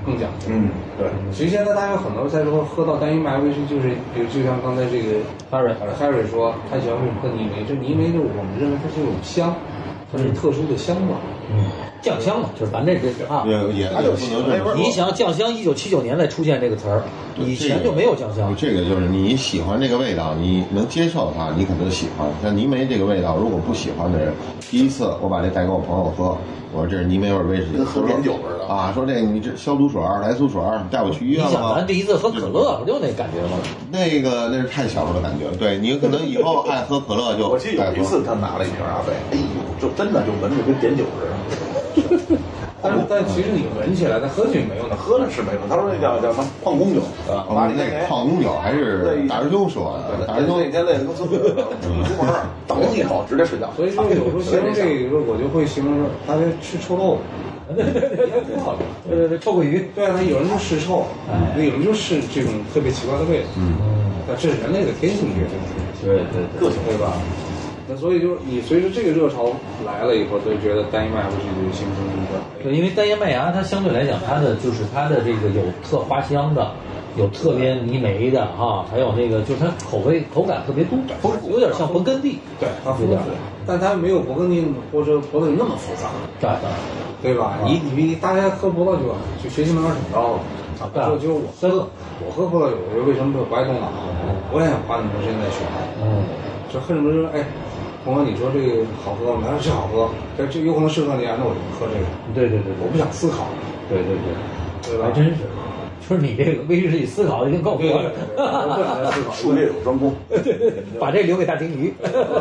S4: 更讲究。
S3: 嗯，对。
S4: 其实现在大家很多在说喝到单一麦威士忌，就是比如就像刚才这个
S1: Harry
S4: Harry 说，他喜欢为什么喝泥煤？这泥煤就是我们认为它是有香，它是特殊的香味。
S1: 嗯，酱香嘛，就是咱这这啊，
S2: 也也也不能这么说。
S1: 你想酱香，一九七九年才出现这个词儿，以前就没有酱香。
S2: 这个就是你喜欢这个味道，你能接受它，你可能喜欢。像泥煤这个味道，如果不喜欢的人，第一次我把这带给我朋友喝，我说这是泥煤味威士忌，
S3: 跟喝碘酒似的
S2: 啊，说这你这消毒水、来苏水，带我去医院了吗？
S1: 你想咱第一次喝可乐不就那感觉吗？
S2: 那个那是太小时候的感觉了。对你可能以后爱喝可乐就。
S3: 我记得有一次他拿了一瓶阿贝，哎呦，就真的就闻着跟碘酒似的。
S4: 但是但其实你闻起来，但喝起没用的，
S3: 喝了是没用。他说那叫叫什么矿工酒，啊，
S2: 我们那矿工酒还是大师兄说的，大师兄
S3: 那天那跟孙子一出门，当一口直接睡觉。
S4: 所以说有时候形容这个，有时候我就会形容说，大家吃臭豆腐。
S1: 对对对对，挺好的。对对对，臭鳜鱼。
S4: 对啊，有人就嗜臭，那有人就嗜这种特别奇怪的味道。
S2: 嗯，
S4: 那这是人类的天性，这个
S1: 对对
S4: 个性，对吧？那所以就你随着这个热潮来了以后，就觉得单一麦威士忌就形成一个。
S1: 对，因为单一麦芽它相对来讲，它的就是它的这个有特花香的，有特别泥煤的哈，还有那个就是它口味口感特别多，有点像勃艮第。
S4: 对，它丰富，但它没有勃艮第或者葡萄酒那么复杂。
S1: 对。
S4: 对吧？你你大家喝葡萄酒就学习门槛挺高的。啊，就就我喝我喝葡萄酒，我为什么不爱动脑？我也想花那么多时间在学。嗯，就恨不得说，哎，朋友，你说这个好喝吗？是好喝，这这有可能适合你啊，那我就喝这个。
S1: 对对对，
S4: 我不想思考。
S1: 对对对，
S4: 对吧？
S1: 还真是。就是你这个威士忌思考已经够多了，
S3: 术业有专攻，
S1: 把这留给大鲸鱼。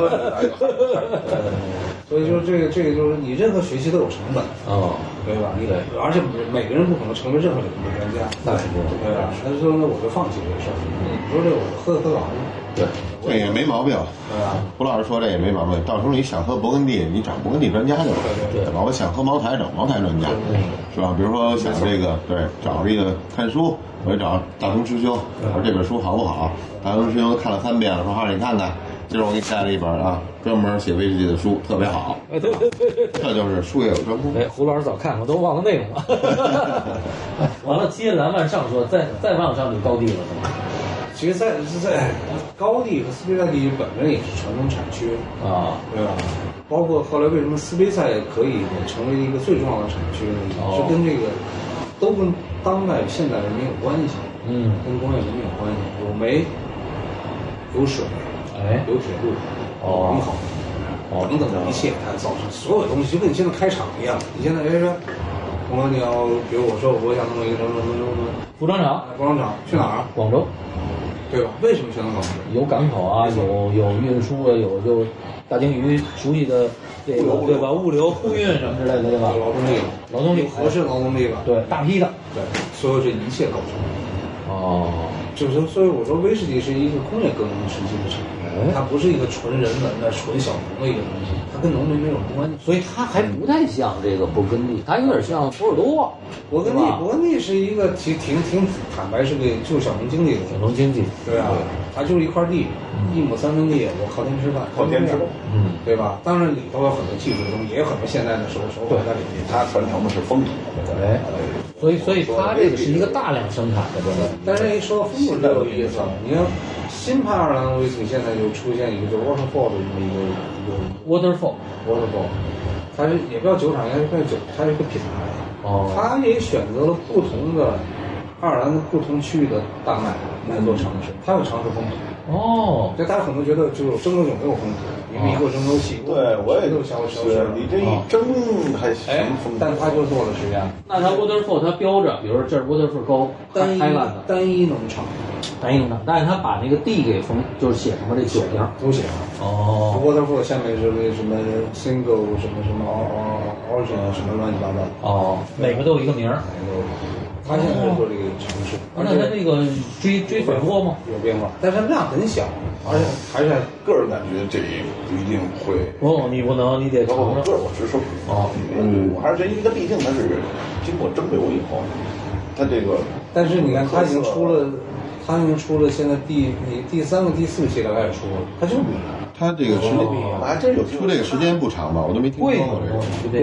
S4: 所以就是这个，这个就是你任何学习都有成本，
S1: 哦，
S4: 对吧？你而且每个人不可能成为任何领域的专家，
S1: 那是
S4: 对吧？那说呢，我就放弃这个事儿。你说这我喝喝完了，
S2: 对，这也没毛病。
S4: 对吧？
S2: 胡老师说这也没毛病。到时候你想喝勃艮第，你找勃艮第专家就行，对吧？我想喝茅台，找茅台专家，是吧？比如说想这个，对，找这个看书，我就找大同师兄，我说这本书好不好？大同师兄看了三遍了，说好，你看看，今儿我给你带了一本啊，专门写威士忌的书，特别好。
S1: 对对对对，
S2: 这就是术业有专攻。
S1: 哎，胡老师早看过，都忘了内容了。完了，接着咱往上说，再再往上就高地了，是吗？
S4: 其实在，在在高地和斯杯塞地区本身也是传统产区
S1: 啊，
S4: 对吧？包括后来为什么斯杯塞可以成为一个最重要的产区呢？也是跟这个都跟当代现代文明有关系，
S1: 嗯，
S4: 跟工业文明有关系，有煤，有水，
S1: 哎，
S4: 有铁路，
S1: 哦，
S4: 人口，哦，等等的一切，它造成所有东西就跟你现在开厂一样，你现在哎说，我说你要，比如我说我想弄一个什么什么什么
S1: 服装厂，
S4: 服装厂去哪儿？
S1: 广州。
S4: 对吧？为什么选择广州？
S1: 有港口啊，有有运输啊，有就大鲸鱼熟悉的这个对吧？物流、空运什么之类的，对吧？
S4: 有劳动力，
S1: 劳动力
S4: 合适劳动力吧？
S1: 对，大批的，
S4: 对，所有这一切构成。
S1: 哦，
S4: 就是所以我说威士忌是一个工业革命时期的产品，它不是一个纯人文的、纯小农的一个东西，它跟农民没有什么关系。
S1: 所以它还不太像这个勃艮第，它有点像波尔多。
S4: 勃艮第，勃艮第是一个挺挺挺坦白，是个就是小农经济的
S1: 小农经济，
S4: 对啊，它就是一块地，一亩三分地，我靠天吃饭，
S3: 靠天吃饭，
S4: 嗯，对吧？当然里头有很多技术的东西，也有很多现代的手手法在里面。
S3: 它传承的是风土，
S1: 对，所以所以它这个是一个大量生产的，对吧？
S4: 但是一说到风土就有意思了，你看新派爱尔兰威士忌现在就出现一个叫 waterfall 的这么一个一个
S1: waterfall
S4: waterfall， 它是也不叫酒厂，也不叫酒，它是一个品牌。
S1: 哦，
S4: 它也选择了不同的爱尔兰的不同区域的大麦来做尝试，它有尝试风土。
S1: 哦，
S4: 就大家可能觉得就是蒸馏酒没有风土，因为一过蒸馏器，
S3: 对我也
S4: 就消消
S3: 失
S4: 失。
S3: 你这一蒸还行，
S4: 但它就做了实验。
S1: 那它 waterfall 它标着，比如说这是 waterfall 高
S4: 单一
S1: 开烂的
S4: 单一农场，
S1: 单一农场，但是它把那个地给封，就是写什么这酒名
S4: 都写上。
S1: 哦
S4: ，waterfall 下面是什么 single 什么什么 origin 什么乱七八糟。
S1: 哦，每个都有一个名儿。
S4: 他现在做这个尝试，
S1: 那他那个追追粉多吗？
S4: 有变化，但是量很小，而且还是
S3: 个人感觉这不一定会。
S1: 哦，你不能，你得尝尝。
S3: 个人我直说。哦，嗯，我还是觉得，因为它毕竟它是经过蒸馏以后，它这个。
S4: 但是你看，它已经出了，它已经出了，现在第你第三个、第四个期了开始出了，它就是不一样。
S2: 它这个时间
S3: 还真有
S2: 出这个时间不长吧？我都没听说过这个。
S1: 对。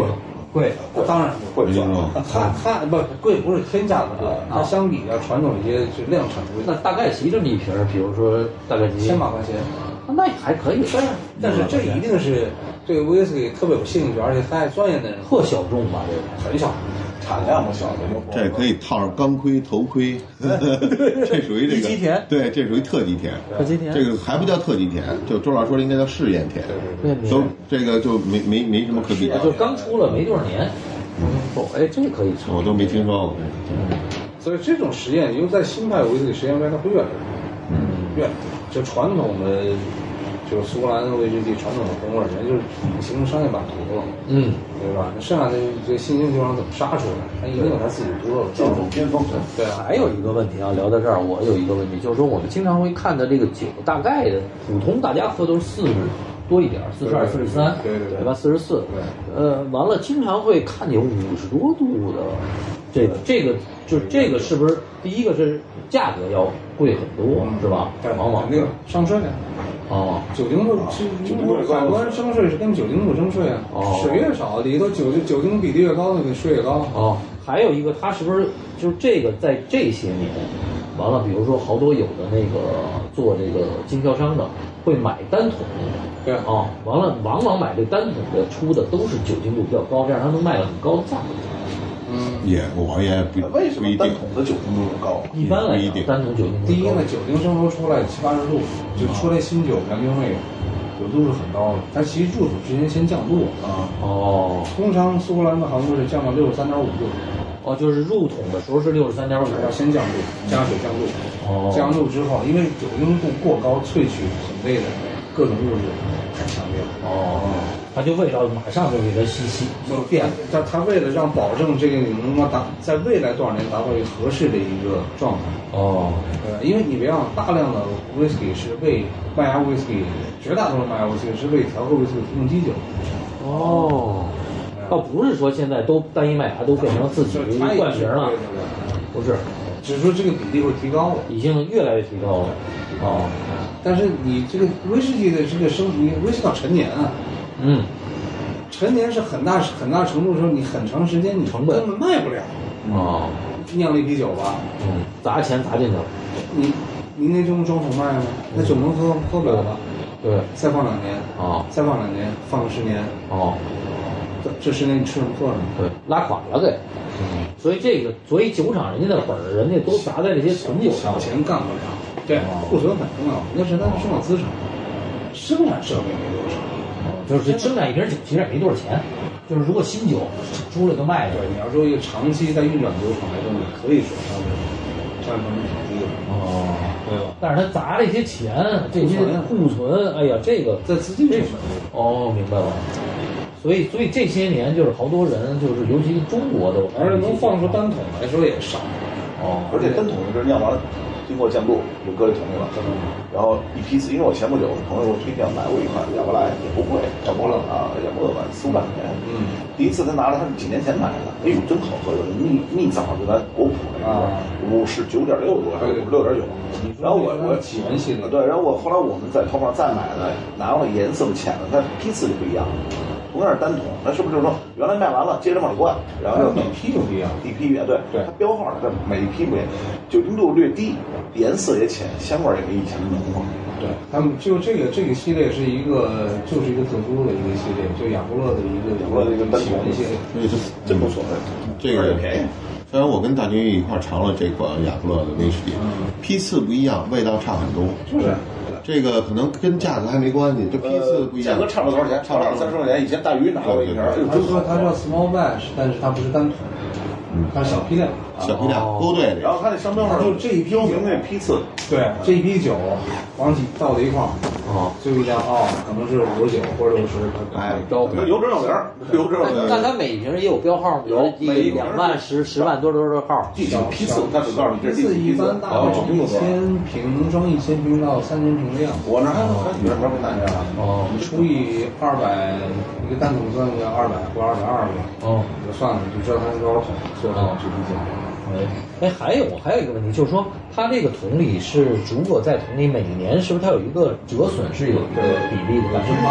S4: 贵，当然
S3: 贵不算。
S4: 它它不贵，不是天价的贵，它相比较传统一些是量产贵。
S1: 那大概其这么一瓶，比如说大概几
S4: 千把块钱，
S1: 那也还可以。
S4: 但是但是这一定是对威士忌特别有兴趣，而且太专业的人，
S1: 特小众吧？这个
S4: 很小。
S3: 产量不小，
S2: 这可以套上钢盔、头盔，这属于这个
S1: 低基甜，
S2: 对，这属于特级甜。
S1: 特级甜，
S2: 这个还不叫特级甜，就周老师说的应该叫试验甜，都这个就没没没什么可比的，
S1: 就刚出了没多少年。哦，哎，这个可以吃，
S2: 我都没听说过。
S4: 所以这种实验，因为在新派威士忌实验外，它会越来越多，嗯，越来越多。就传统的。就是苏格兰威士忌传统的风味，人就是形成商业版图了，
S1: 嗯，
S4: 对吧？那剩下的这个新兴酒厂怎么杀出来？他一定有他自己独特的
S3: 这种偏锋。
S1: 对啊，还有一个问题啊，聊到这儿，我有一个问题，就是说我们经常会看的这个酒，大概的普通大家喝都是四十多一点，四十二、四十三，
S4: 对对对，
S1: 对吧？四十四，对，呃，完了，经常会看见五十多度的，这个这个就是这个是不是第一个是价格要贵很多，是吧？往往
S4: 那个上税。
S1: 哦，
S4: 酒精度是海关征税是跟酒精度征税啊，
S1: 哦，
S4: 水越少，里头酒酒精比例越高，那个税越高。
S1: 哦，还有一个，它是不是就是这个在这些年，完了，比如说好多有的那个做这个经销商的会买单桶，
S4: 对啊，
S1: 哦，完了，往往买这单桶的出的都是酒精度比较高，这样它能卖到很高的价格。
S4: 嗯，
S2: 也我也不
S3: 为什么单
S2: 不一定
S3: 桶的酒精度高？
S1: 一般来讲，单桶酒精度
S4: 第一呢，酒精生熟出来七八十度，就出来新酒原冰味有度是很高的。它其实入土之前先降度啊。
S1: 哦，
S4: 通常苏格兰的航空是降到六十三点五度。
S1: 哦，就是入桶的时候是六十三点五，
S4: 要先降度，加水降度。
S1: 哦，
S4: 降度之后，因为酒精度过高，萃取品类的各种物质太强烈了。
S1: 哦。他就为了马上就给它吸吸变，
S4: 他他为了让保证这个你能够达在未来多少年达到一个合适的一个状态。
S1: 哦，
S4: 呃，因为你别忘了，大量的 whisky 是为麦芽 whisky， 绝大多数麦芽 whisky 是为调和 whisky 提供基酒。
S1: 哦，倒不是说现在都单一麦芽都变成自己灌瓶了，不是，
S4: 只是说这个比例会提高了，
S1: 已经越来越提高了。哦，
S4: 但是你这个威士忌的这个生，你威士忌到陈年啊。
S1: 嗯，
S4: 陈年是很大很大程度时候，你很长时间你
S1: 成本
S4: 根本卖不了。
S1: 哦，
S4: 酿了一批酒吧，
S1: 嗯，砸钱砸进去了。
S4: 你明年就用装桶卖吗？那酒能喝喝不了了。
S1: 对，
S4: 再放两年。
S1: 哦，
S4: 再放两年，放个十年。
S1: 哦，
S4: 这这十年你吃什么喝什么？
S1: 对，拉垮了给。嗯，所以这个，所以酒厂人家的本儿，人家都砸在这些存酒上。
S4: 小钱干不了。对，库存很重要，那是它的生产资产，生产设备没多少。
S1: 就是生产一瓶酒其实也没多少钱，就是如果新酒出来就卖了。
S4: 对，你要说一个长期在运转酒厂来说，你可以说它的占成本挺低的。
S1: 哦，对吧？但是他砸这些钱，这些库存，哎呀，这个
S4: 在资金这
S1: 上。哦，明白了。所以，所以这些年就是好多人，就是尤其中国的，
S4: 而且能放出单桶来说也少。
S3: 哦，而且单桶是酿完了。经过降度就搁这桶里了，然后一批次，因为我前不久朋友给我推荐买过一款亚伯莱，也不贵，亚伯勒啊，亚伯勒版四五百块钱。嗯，第一次他拿了，他是几年前买的，哎呦真好喝，有蜜蜜枣就咱果脯那个，五十九点六多还是五十六点九。然后我我
S4: 起源系列
S3: 对，然后我后来我们在淘宝上再买的，拿了颜色浅的，它批次就不一样。同样是单桶，那是不是就是说原来卖完了，接着往里灌，然后
S4: 每批就不一样，
S3: 一批对对，它标号它每一批不一样，酒精度略低，颜色也浅，香味也没以前浓嘛。
S4: 对，他们就这个这个系列是一个就是一个特殊的一个系列，就雅布勒的一个
S3: 雅布勒的一个单
S4: 桶系列，
S2: 所以这
S3: 真不错，
S2: 这个
S3: 便宜。
S2: 虽然我跟大军一块尝了这款雅布勒的威士忌，批次不一样，味道差很多。
S4: 就是。
S2: 这个可能跟价格还没关系，这批次不一样。
S3: 价格差了多少钱？差了二三十块钱。以前大鱼拿过一瓶，
S4: 他说他叫 small batch， 但是它不是单桶，嗯，它是小批量，
S2: 小批量勾兑的。
S3: 然后它那商标上
S4: 就这一批
S3: 标明那批次，
S4: 对，这一批酒往起倒在一块儿，哦，最后一量哦，可能是五十九或者六十，
S3: 哎，标有整有零，有整有零。
S1: 那它每瓶也有标号吗？
S3: 有每
S1: 两万、十十万多多多号。
S3: 这叫批次，它只告诉你这是
S4: 批次，一般大概一千瓶能装一千瓶到三千瓶的样子。
S3: 我那还还有人没大家啊？
S4: 哦，除以二百，一个单桶算个二百或二百二吧。哦，就算了，就知道它是多少桶做成这批酒。
S1: 哎，还有还有一个问题，就是说，它这个桶里是，如果在桶里每年是不是它有一个折损是有一个比例的？百分之八，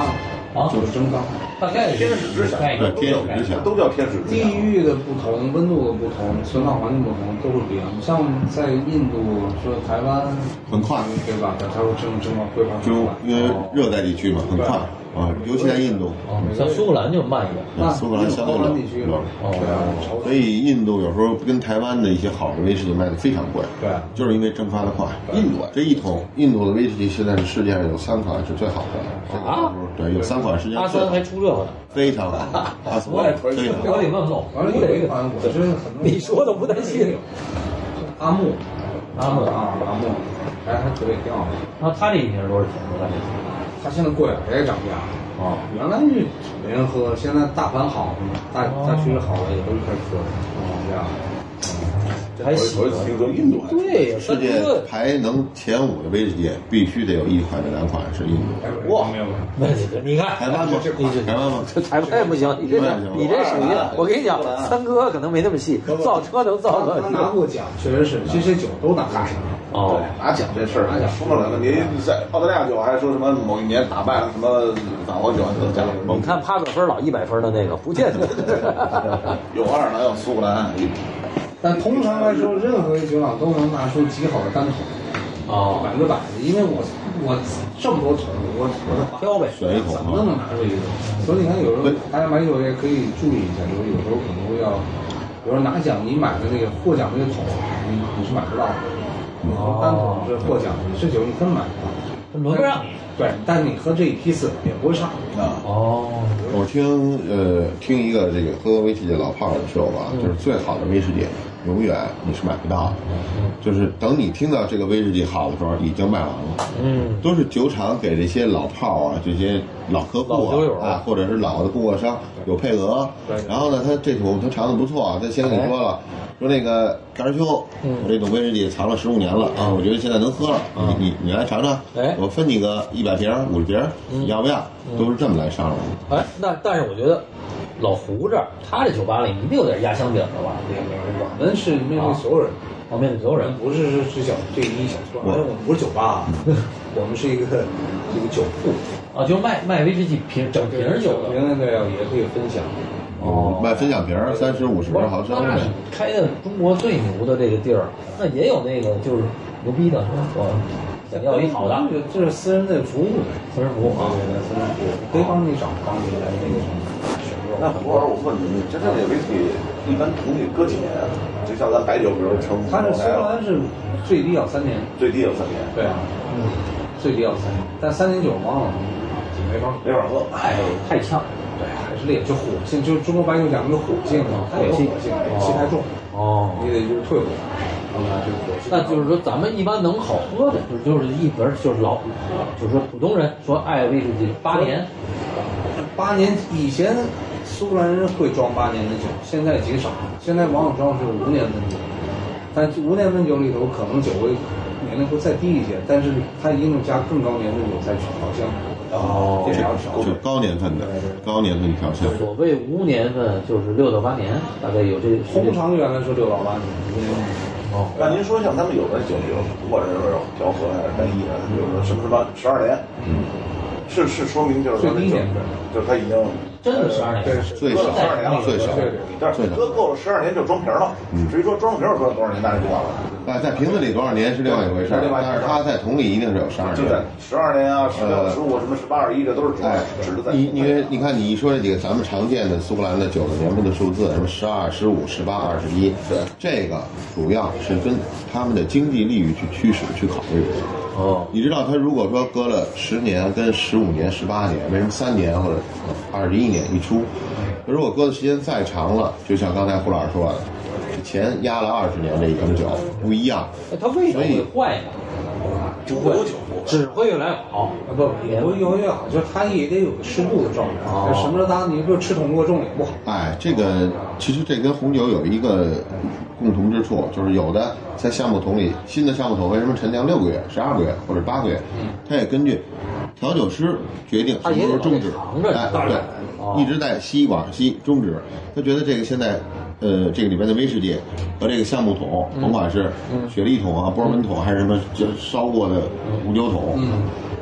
S1: 啊，
S4: 就是蒸缸。
S1: 大概
S3: 天使之下，
S2: 对，天使之下
S3: 都叫天使之下。
S4: 地域的不同，温度的不同，存放环境不同，都会不一样。你像在印度，说台湾
S2: 很快，
S4: 对吧？它会蒸蒸缸规划
S2: 就因为热带地区嘛，很快啊，尤其在印度。
S1: 哦，像苏格兰就慢一点。
S2: 那苏格兰相对冷，冷。
S4: 对啊，
S2: 所以印度有时候跟台湾的一些好的威士忌卖的非常贵，
S4: 对，
S2: 就是因为蒸发的快。印度这一桶印度的威士忌现在是世界上有三款是最好的啊，对，有三款世界上
S1: 阿三还出这个呢，
S2: 非常好。阿三
S1: 我也
S2: 非常好。
S1: 我得问问，
S4: 完了有一个，我真很多
S1: 你说的不担心。
S4: 阿木，
S1: 阿木
S4: 啊，阿木，哎，还可以，挺好的。
S1: 那他这一瓶多少钱？我感觉
S4: 他现在贵了，也涨价。
S1: 哦，
S4: 原来是没人喝，现在大盘好，大大趋势好了，也都开始喝了。哦，这样。
S1: 还行。
S3: 我一次听说印度还
S1: 对呀，
S2: 世界排能前五的威士忌必须得有一款的两款是印度。
S4: 哇，没有没有。
S1: 那你看
S2: 台湾吗？
S1: 你这
S2: 台湾吗？
S1: 这台湾不行，你这你这属于我跟你讲，三哥可能没那么细，造车能造个。
S4: 他拿过奖，确实是这些酒都拿过奖。
S1: 哦，
S3: 拿奖这事儿，拿奖说了问题，在澳大利亚酒还说什么某一年打败了什么法国酒得奖。
S1: 你看趴个分老一百分的那个，不见得。
S3: 有爱尔兰，有苏格兰。
S4: 但通常来说，任何一个酒厂都能拿出极好的单桶，
S1: 哦，
S4: 百分之百的，因为我我这么多桶，我我的
S1: 挑呗，
S2: 选一桶
S4: 怎么都能拿出一个。所以你看，有时候大家买酒也可以注意一下，就是有时候可能会要，比如说拿奖，你买的那个获奖那个桶，你你是买不到的。
S1: 哦，
S4: 单桶是获奖，你是酒你根本买不到，
S1: 轮不上。
S4: 对，但你喝这一批次也不会差
S3: 啊。
S1: 哦，
S2: 我听呃听一个这个喝威士忌老炮儿说吧，就是最好的威士忌永远你是买不到的，就是等你听到这个威士忌好的时候已经卖完了。嗯，都是酒厂给这些老炮儿啊，这些老客户啊，啊或者是老的供货商有配额。然后呢，他这桶他尝的不错啊，他先跟你说了。说那个盖尔丘，我这种威士忌藏了十五年了啊，我觉得现在能喝了，你你你来尝尝，
S1: 哎，
S2: 我分你个一百瓶、五十瓶，你要不要？都是这么来商量的。
S1: 哎，那但是我觉得老胡这儿，他这酒吧里一定有点压箱底儿的吧？
S4: 我们是面对所有人，
S1: 我面对所有人，
S4: 不是是是小这一小撮，我们不是酒吧，我们是一个一个酒铺
S1: 啊，就卖卖威士忌瓶整瓶酒的，
S4: 瓶的对，也可以分享。
S2: 哦，卖分享瓶儿，三十五十毫升的。
S1: 开的中国最牛的这个地儿，那也有那个就是牛逼的，说我想要一好的，
S4: 这是私人的服务，
S1: 私人服务啊，
S4: 对对，私人服务可以帮你找，帮你来那个什么选购。
S3: 那胡老师，我问你，真正这威士忌一般桶里搁几年？就像咱白酒，比如成
S4: 它是苏格兰是最低要三年，
S3: 最低要三年。
S4: 对啊，嗯，最低要三年，但三年酒往往没法
S3: 没法喝，
S1: 哎，太呛。
S4: 对，还是烈，就火性，就是中国白酒讲那个火性嘛，它有火性，气太重，
S1: 哦，
S4: 你得就是退火，然后呢就是火性。
S1: 那就是说，咱们一般能好喝的，就是就是一瓶就是老，就是说普通人说爱威士忌八年，
S4: 八年以前苏格兰人会装八年的酒，现在极少，现在往往装是五年份酒，但五年份酒里头可能酒会年龄会再低一些，但是它一定要加更高年份酒才去调香。
S1: 哦，
S4: 这要调
S2: 就高年份的，高年份调香。
S1: 所谓无年份就是六到八年，大概有这。
S4: 通常原来是六到八年。
S1: 哦，
S3: 那您说像他们有的酒，比如不管是调和还是单一的，比如说什么什么十二年，嗯，是是说明就是
S4: 最低年份，
S3: 就是他已经
S1: 真的十二年，
S2: 最少
S3: 十二年了，
S2: 最少，
S3: 但是喝够了十二年就装瓶了。至于说装瓶喝了多少年，那就不管了。
S2: 哎，在瓶子里多少年是另外一回事，但是它在桶里一定是有十二年，
S3: 就在十二年啊、十六、十五、什么十八、二十一，这都是指指的在。
S2: 你因为你看你一说这几个咱们常见的苏格兰的酒的年份的数字，什么十二、十五、十八、二十一，
S3: 对，
S2: 这个主要是跟他们的经济利益去驱使去考虑的。
S1: 哦，
S2: 你知道他如果说搁了十年跟十五年、十八年，为什么三年或者二十一年一出？如果搁的时间再长了，就像刚才胡老师说的，钱压了二十年这一瓶酒不一样。
S1: 那它为什么会坏呢？
S3: 不会有酒，
S1: 只会越来越好。
S4: 啊不，也不越来越好，就是它也得有个适度的状态。哦，什么时候它你比如吃桶过重也不好。
S2: 哎，这个其实这跟红酒有一个共同之处，就是有的在橡木桶里，新的橡木桶为什么陈酿六个月、十二个月或者八个月？嗯，它也根据调酒师决定什么时候终止。哎，对，一直在吸往吸终止。他觉得这个现在。呃，这个里边的威士忌和这个橡木桶，甭管是雪莉桶啊、波尔本桶还是什么就烧过的五酒桶，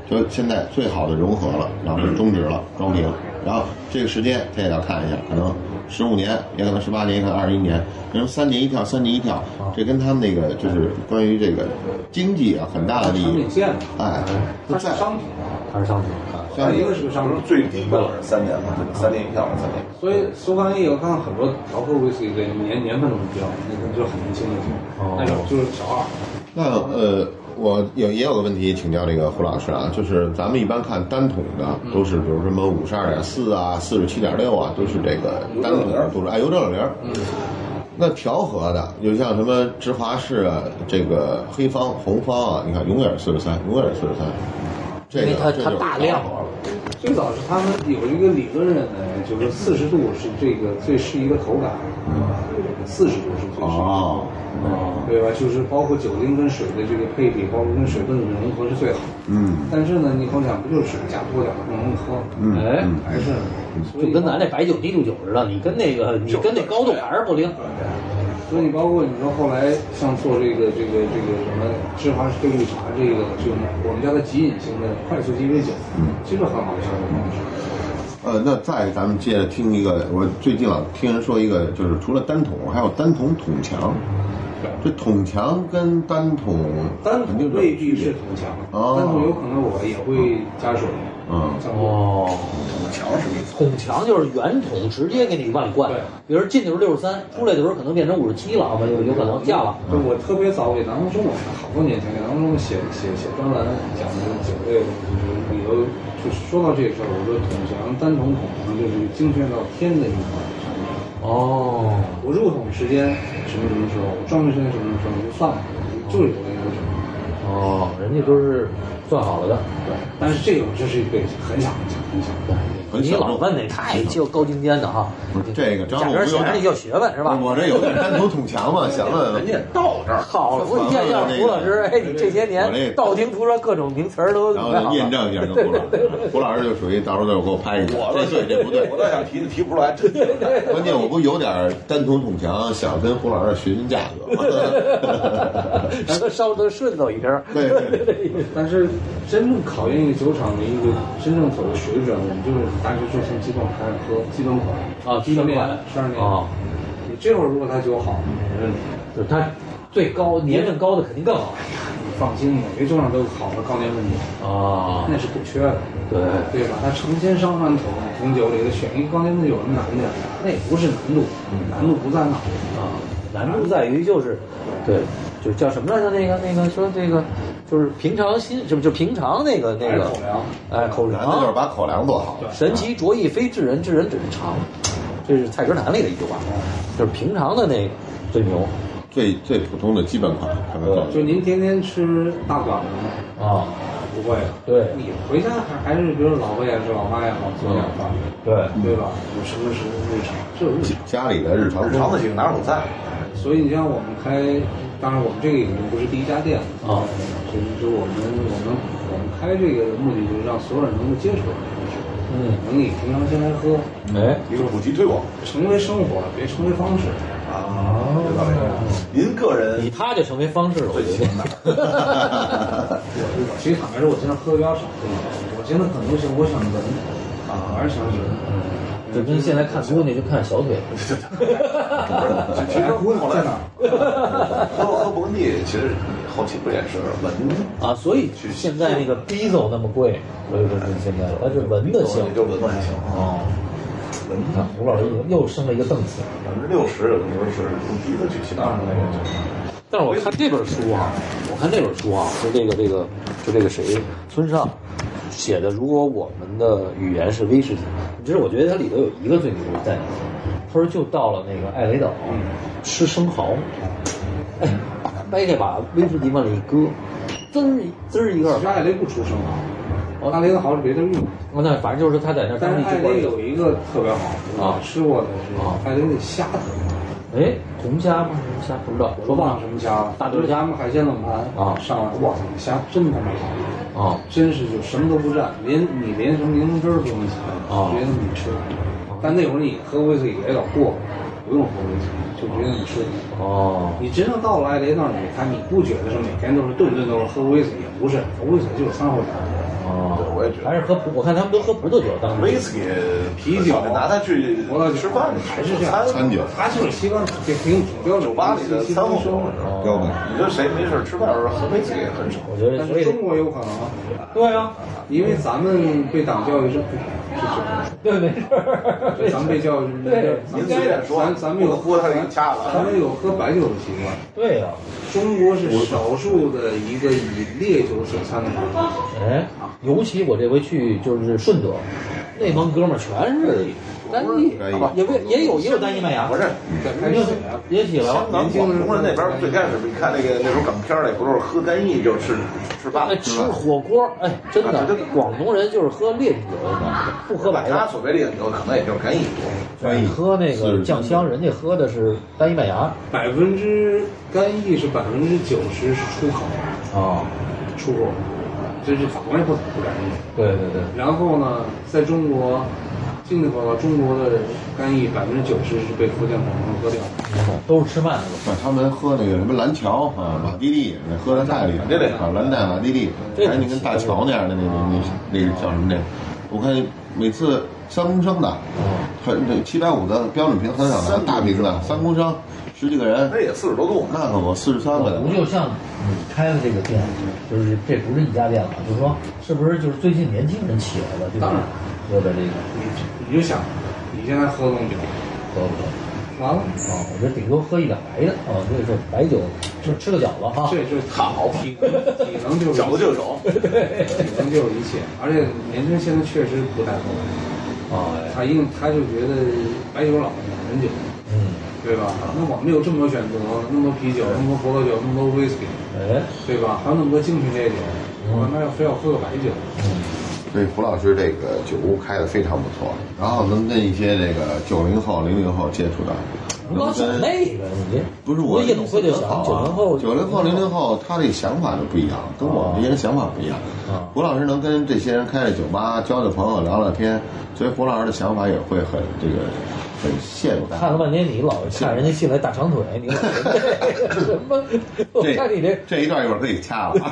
S2: 说现在最好的融合了，然后终止了装瓶，然后这个时间他也要看一下，可能十五年，也可能十八年，也可能二十一年，可能三年一跳，三年一跳，这跟他们那个就是关于这个经济啊很大的利益。哎，
S4: 它是商品，
S1: 它是商品。
S4: 它一个是个商品，
S3: 最低标准是三年嘛，三年一跳嘛，三年。
S4: 所以苏格兰也有看到很多调和威士忌的年年份都不标，那个就很年轻的酒，那种就是小二。
S2: 那呃。我有也有个问题请教这个胡老师啊，就是咱们一般看单桶的都是，比如什么五十二点四啊、四十七点六啊，都是这个单桶的度数，哎，油蒸冷零。嗯。那调和的，有像什么芝华士啊、这个黑方、红方啊，你看永远四十三，永远四十三。这个
S1: 因为它它大量。
S4: 最早是他们有一个理论认为，就是四十度是这个最适宜的口感，四十度是最适宜的。哦。对吧？就是包括酒精跟水的这个配比，包括跟水分的融合是最好。嗯。但是呢，你口想不就是水加多点更容易喝？
S1: 嗯。哎，
S4: 还是
S1: 就跟咱这白酒低度酒似的，你跟那个你跟那高度还是不灵。
S4: 所以你包括你说后来像做这个这个这个什么芝华士这绿茶，这个就我们叫它即饮型的快速鸡尾酒，嗯，其实很好的销售方式。
S2: 呃，那再咱们接着听一个，我最近老听人说一个，就是除了单桶，还有单桶桶墙。这桶墙跟单桶，
S4: 单桶未必是桶墙，哦、单桶有可能我也会加水。
S2: 嗯，
S1: 哦，
S3: 桶墙是什么意思？
S1: 桶墙就是圆桶直接给你往里灌，比如进的时候六十三，出来的时候可能变成五十七了，有有可能降了。
S4: 就我特别早给南方中文好多年前给南方中文写写写专栏讲的酒类的东西，就是里头就是说到这事儿，我说桶墙单桶桶墙就是精确到天的一块。
S1: 哦，
S4: 我入桶时间什么什么时候，我装瓶时间什么时候就算了，就是有那个什么。
S1: 哦，人家都是算好了的。
S4: 对，但是这种就是一个很小很小很小的。
S1: 你老问那太就高精尖的哈，
S2: 这个张总
S1: 显然你叫学问是吧？
S2: 我这有点单头捅墙嘛，想问
S3: 人家到这儿
S1: 好，我见见胡老师，哎，你这些年道听途说各种名词都
S2: 然后验证一下，跟胡老师，胡老师就属于到时候再给我拍一下，这对这不对，
S3: 我倒想提，提不出来，真的。
S2: 关键我不有点单头捅墙，想跟胡老师询询价格吗？
S1: 让他稍微顺走一根。
S2: 对对对。
S4: 但是真正考验一个酒厂的一个真正走的水准，我们就是大学就从基本开始喝基本款
S1: 啊，基本款
S4: 十二年
S1: 啊。
S4: 你这会儿如果他酒好，没问题。
S1: 就是他最高年份高的肯定更好。
S4: 你放心，每个酒厂都有好的高年份酒
S1: 啊，
S4: 那是不缺的。
S1: 对
S4: 对吧？他成千上万桶红酒里头选一个高年份有什么难的？那也不是难度，难度不在哪
S1: 啊，难度在于就是对。就叫什么来着？那个那个说这个就是平常心，是不是就平常那个那个
S4: 口粮？
S1: 哎，口粮
S2: 就是把口粮做好。
S1: 神奇卓异非治人，治人只是常。这是《菜根谭》里的一句话，就是平常的那个最牛，
S2: 最最普通的基本款。
S4: 就您天天吃大馆子吗？
S1: 啊，
S4: 不会。
S1: 对，
S4: 你回家还还是比如老婆也是，老妈也好，做点饭。
S1: 对
S4: 对吧？有什么是日常？这日常。
S2: 家里的日常
S3: 日常的几个拿手菜。
S4: 所以你像我们开，当然我们这个已经不是第一家店了啊。所以说我们我们我们开这个目的就是让所有人能够接触，嗯，能以平常心来喝，
S1: 哎，
S3: 一个普及推广，
S4: 成为生活，别成为方式
S3: 啊。有道理。您个人
S1: 以他就成为方式了，我觉得。
S4: 我其实坦白说，我现在喝的比较少，我现在很多时候我想闻啊，还是想闻。
S1: 就跟现在看姑娘就看小腿，
S3: 其实姑娘在哪？喝喝勃艮第，其实后期不也是闻
S1: 啊？所以现在那个 B 走那么贵，所以说是现在它是闻的行，
S3: 就闻闻还行
S1: 哦。
S3: 闻
S1: 啊，胡老师又升了一个档次，
S3: 百分之六十有的时候是用低的去其他的那个。
S1: 但是我看这本书啊，我看这本书啊，就这个这个就这个谁村上写的，如果我们的语言是威士忌，其实我觉得它里头有一个最牛的在哪？他说就到了那个艾雷岛，吃生蚝，哎，掰开把威士忌往里一搁，滋儿滋儿一个。
S4: 其实艾雷不出生蚝，艾雷的蚝是别的运。
S1: 哦，那反正就是他在那。
S4: 但是艾雷有一个特别好，我吃过的是艾雷的虾特别好。
S1: 哎，红虾吗？什么虾不知道，
S4: 我都忘了什么虾了。大对虾嘛，海鲜冷盘啊，上来哇，虾真他妈好啊！真是就什么都不蘸，连你连什么柠檬汁儿不用挤啊，直接那么吃。但那会儿你喝威士忌也有点过，不用喝威士忌，就直接那么吃。哦，你真正到了艾雷那儿，你看你不觉得是每天都是顿顿都是喝威士忌，也不是，喝威士忌就是掺和点。
S1: 哦，
S3: 对，我也觉得
S1: 还是喝葡，我看他们都喝葡萄酒当时。
S3: 威士忌、
S4: 啤酒
S3: 拿它去
S4: 葡萄酒
S3: 吃饭
S4: 还是这样，
S2: 餐酒，
S4: 它就是西方挺挺挺标准，
S3: 酒吧里的餐后酒
S2: 标准。
S3: 你说谁没事吃饭的时候喝威士忌也很少？
S1: 我觉得，所以
S4: 但是中国有可能。
S1: 对啊，
S4: 因为咱们被党教育是不是酒，
S1: 对，没事儿，
S4: 咱们被教育是
S1: 对，
S4: 咱们
S3: 您随便说，
S4: 咱咱们有
S3: 喝他给你掐了，
S4: 咱们有喝白酒的习惯。
S1: 对呀、啊，
S4: 中国是少数的一个以烈酒所餐的国家。
S1: 哎，尤其我这回去就是顺德，那帮哥们儿全是单一，也不也有也有单一麦芽，
S3: 不是，
S4: 开始写了，
S1: 也起来了。
S3: 咱广东人那边最开始你看那个那时候港片里不都是喝干邑就吃吃饭
S1: 哎，吃火锅，哎，真的，广东人就是喝烈酒的，不喝白的。
S3: 他所谓烈酒可能也就是干邑多，
S1: 你喝那个酱香，人家喝的是单一麦芽。
S4: 百分之干邑是百分之九十是出口
S1: 啊，
S4: 出口，这是法国也不不干邑。
S1: 对对对。
S4: 然后呢，在中国进口到中国的干邑百分之九十是被福建、广东喝掉，
S1: 都是吃饭的。
S2: 他们喝那个什么蓝桥啊、马蒂利，那喝的太厉害了啊，蓝带马蒂利，还那跟大桥那样的那那那那个叫什么那？我看每次三公升的，很这七百五的标准瓶很少的大瓶的三公升，十几个人，
S3: 那也四十多度，
S2: 那可不四十三个。
S1: 不就像你开的这个店，就是这不是一家店了，就是说是不是就是最近年轻人起来了？
S4: 当然，
S1: 喝的这个，
S4: 你你就想，你现在喝东酒，
S1: 喝不喝？
S4: 完了
S1: 啊，我觉得顶多喝一点白的啊，这是白酒，就吃个饺子哈。
S4: 这是好体体能就是
S3: 饺子就有，
S4: 对，体能就有一切。而且年轻人现在确实不太喝白酒
S1: 啊，
S4: 他因他就觉得白酒老两人酒，
S1: 嗯，
S4: 对吧？那我们有这么多选择，那么多啤酒，那么多葡萄酒，那么多威士忌，
S1: 哎，
S4: 对吧？还有那么多精品烈酒，我干嘛要非要喝个白酒？
S1: 嗯。
S2: 所以胡老师这个酒屋开的非常不错，然后能跟一些这个九零后、零零后接触到。
S1: 你老想那个，你
S2: 不是我
S1: 夜总会就想九零后、
S2: 九零后、零零后，他这个想法就不一样，跟我们这些人想法不一样。
S1: 啊，
S2: 胡老师能跟这些人开着酒吧交交朋友、聊聊天，所以胡老师的想法也会很这个很现代。
S1: 看了半天，你老看人家进来大长腿，你老什么？我看你这
S2: 这一段一会儿可以掐了。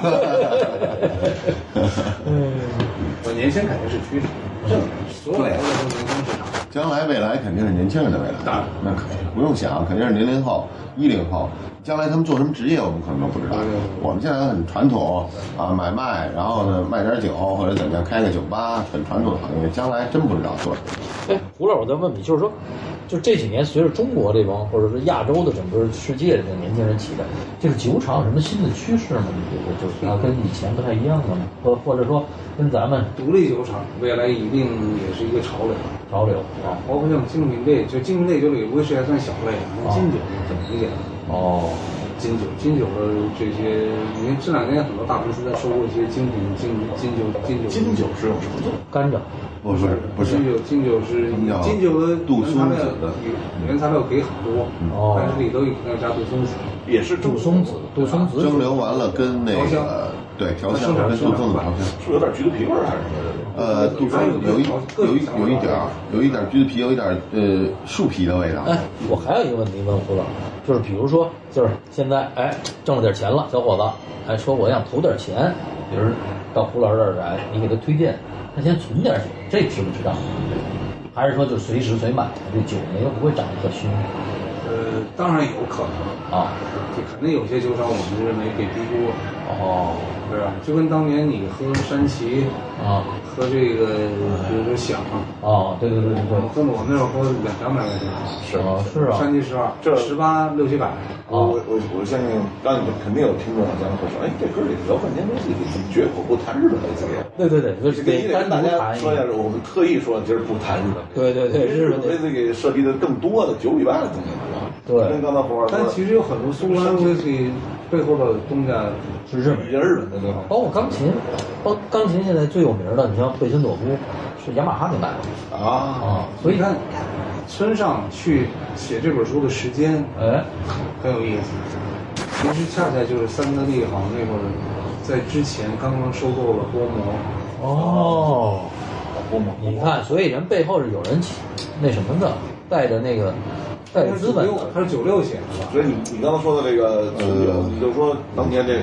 S1: 嗯。
S4: 我年轻肯定是趋势，这所有的都是年轻市场。
S2: 将来未来肯定是年轻人的未来，那不用想，肯定是零零后、一零后。将来他们做什么职业，我们可能都不知道。我们现在很传统啊，买卖，然后呢卖点酒或者怎么样，开个酒吧，很传统的行业。将来真不知道做什么。
S1: 哎，胡老，我再问你，就是说，就这几年随着中国这帮或者是亚洲的整个世界的年轻人起来，这个酒厂有什么新的趋势吗？你觉得就是它跟以前不太一样了吗？或或者说跟咱们
S4: 独立酒厂未来一定也是一个潮流，
S1: 潮流啊，
S4: 包括像精品类，就精品类酒里威士忌还算小类，那金酒很明显。
S1: 哦，
S4: 金酒，金酒的这些，因为这两年很多大公司在收购一些精品金金酒金酒。
S3: 金酒是用什么做？
S1: 甘蔗。
S2: 不是不是，
S4: 金酒金酒是金酒的
S2: 杜松子的
S4: 原材料给很多，
S1: 哦，
S4: 但是里头要加杜松子，
S3: 也是
S1: 杜松子，杜松子
S2: 蒸馏完了跟那个对调香跟杜松子调香，
S3: 是不是有点橘子皮味儿还是什么？
S2: 呃，杜松有一有一有一点有一点橘子皮，有一点呃树皮的味道。
S1: 哎，我还有一个问题问胡老，就是比如说，就是现在哎挣了点钱了，小伙子哎说我想投点钱，比如到胡老师这儿来，你给他推荐，他先存点钱，这值不值当？还是说就随时随买，这酒呢又不会涨得特凶？
S4: 呃，当然有可能
S1: 啊，
S4: 就肯定有些酒厂我们认为给低估了。
S1: 哦，
S4: 对吧？就跟当年你喝山崎
S1: 啊，
S4: 喝这个，比如说响
S1: 啊，对对对对对，
S4: 我喝我那会儿喝两两百块钱，
S1: 是啊是啊，
S4: 山崎十二，
S3: 这
S4: 十八六七百。
S3: 我我我相信，当你肯定有听众咱们会说，哎，这哥里聊半天威士忌，绝口不谈日本威士忌。
S1: 对对对，就是
S3: 给
S1: 单
S3: 大家
S1: 独谈一
S3: 说一下，我们特意说今儿不谈日本。
S1: 对对对，日
S3: 本威士忌涉及的更多的酒以外的东西。
S1: 对，
S3: 跟刚才胡老师说，
S4: 但其实有很多苏格兰威士忌背后的东家
S1: 是日本，
S3: 日本的对吧？
S1: 包括钢琴，包钢琴现在最有名的，你像贝森朵夫是雅马哈给买的
S3: 啊
S4: 啊，所以看村上去写这本书的时间，
S1: 哎，
S4: 很有意思。其实恰恰就是三得利好像那会儿在之前刚刚收购了波摩。
S1: 哦，波摩，你看，所以人背后是有人那什么的，带着那个。带资本，
S4: 他是九六写的吧？
S3: 所以你你刚刚说的这个，呃，你就说当年这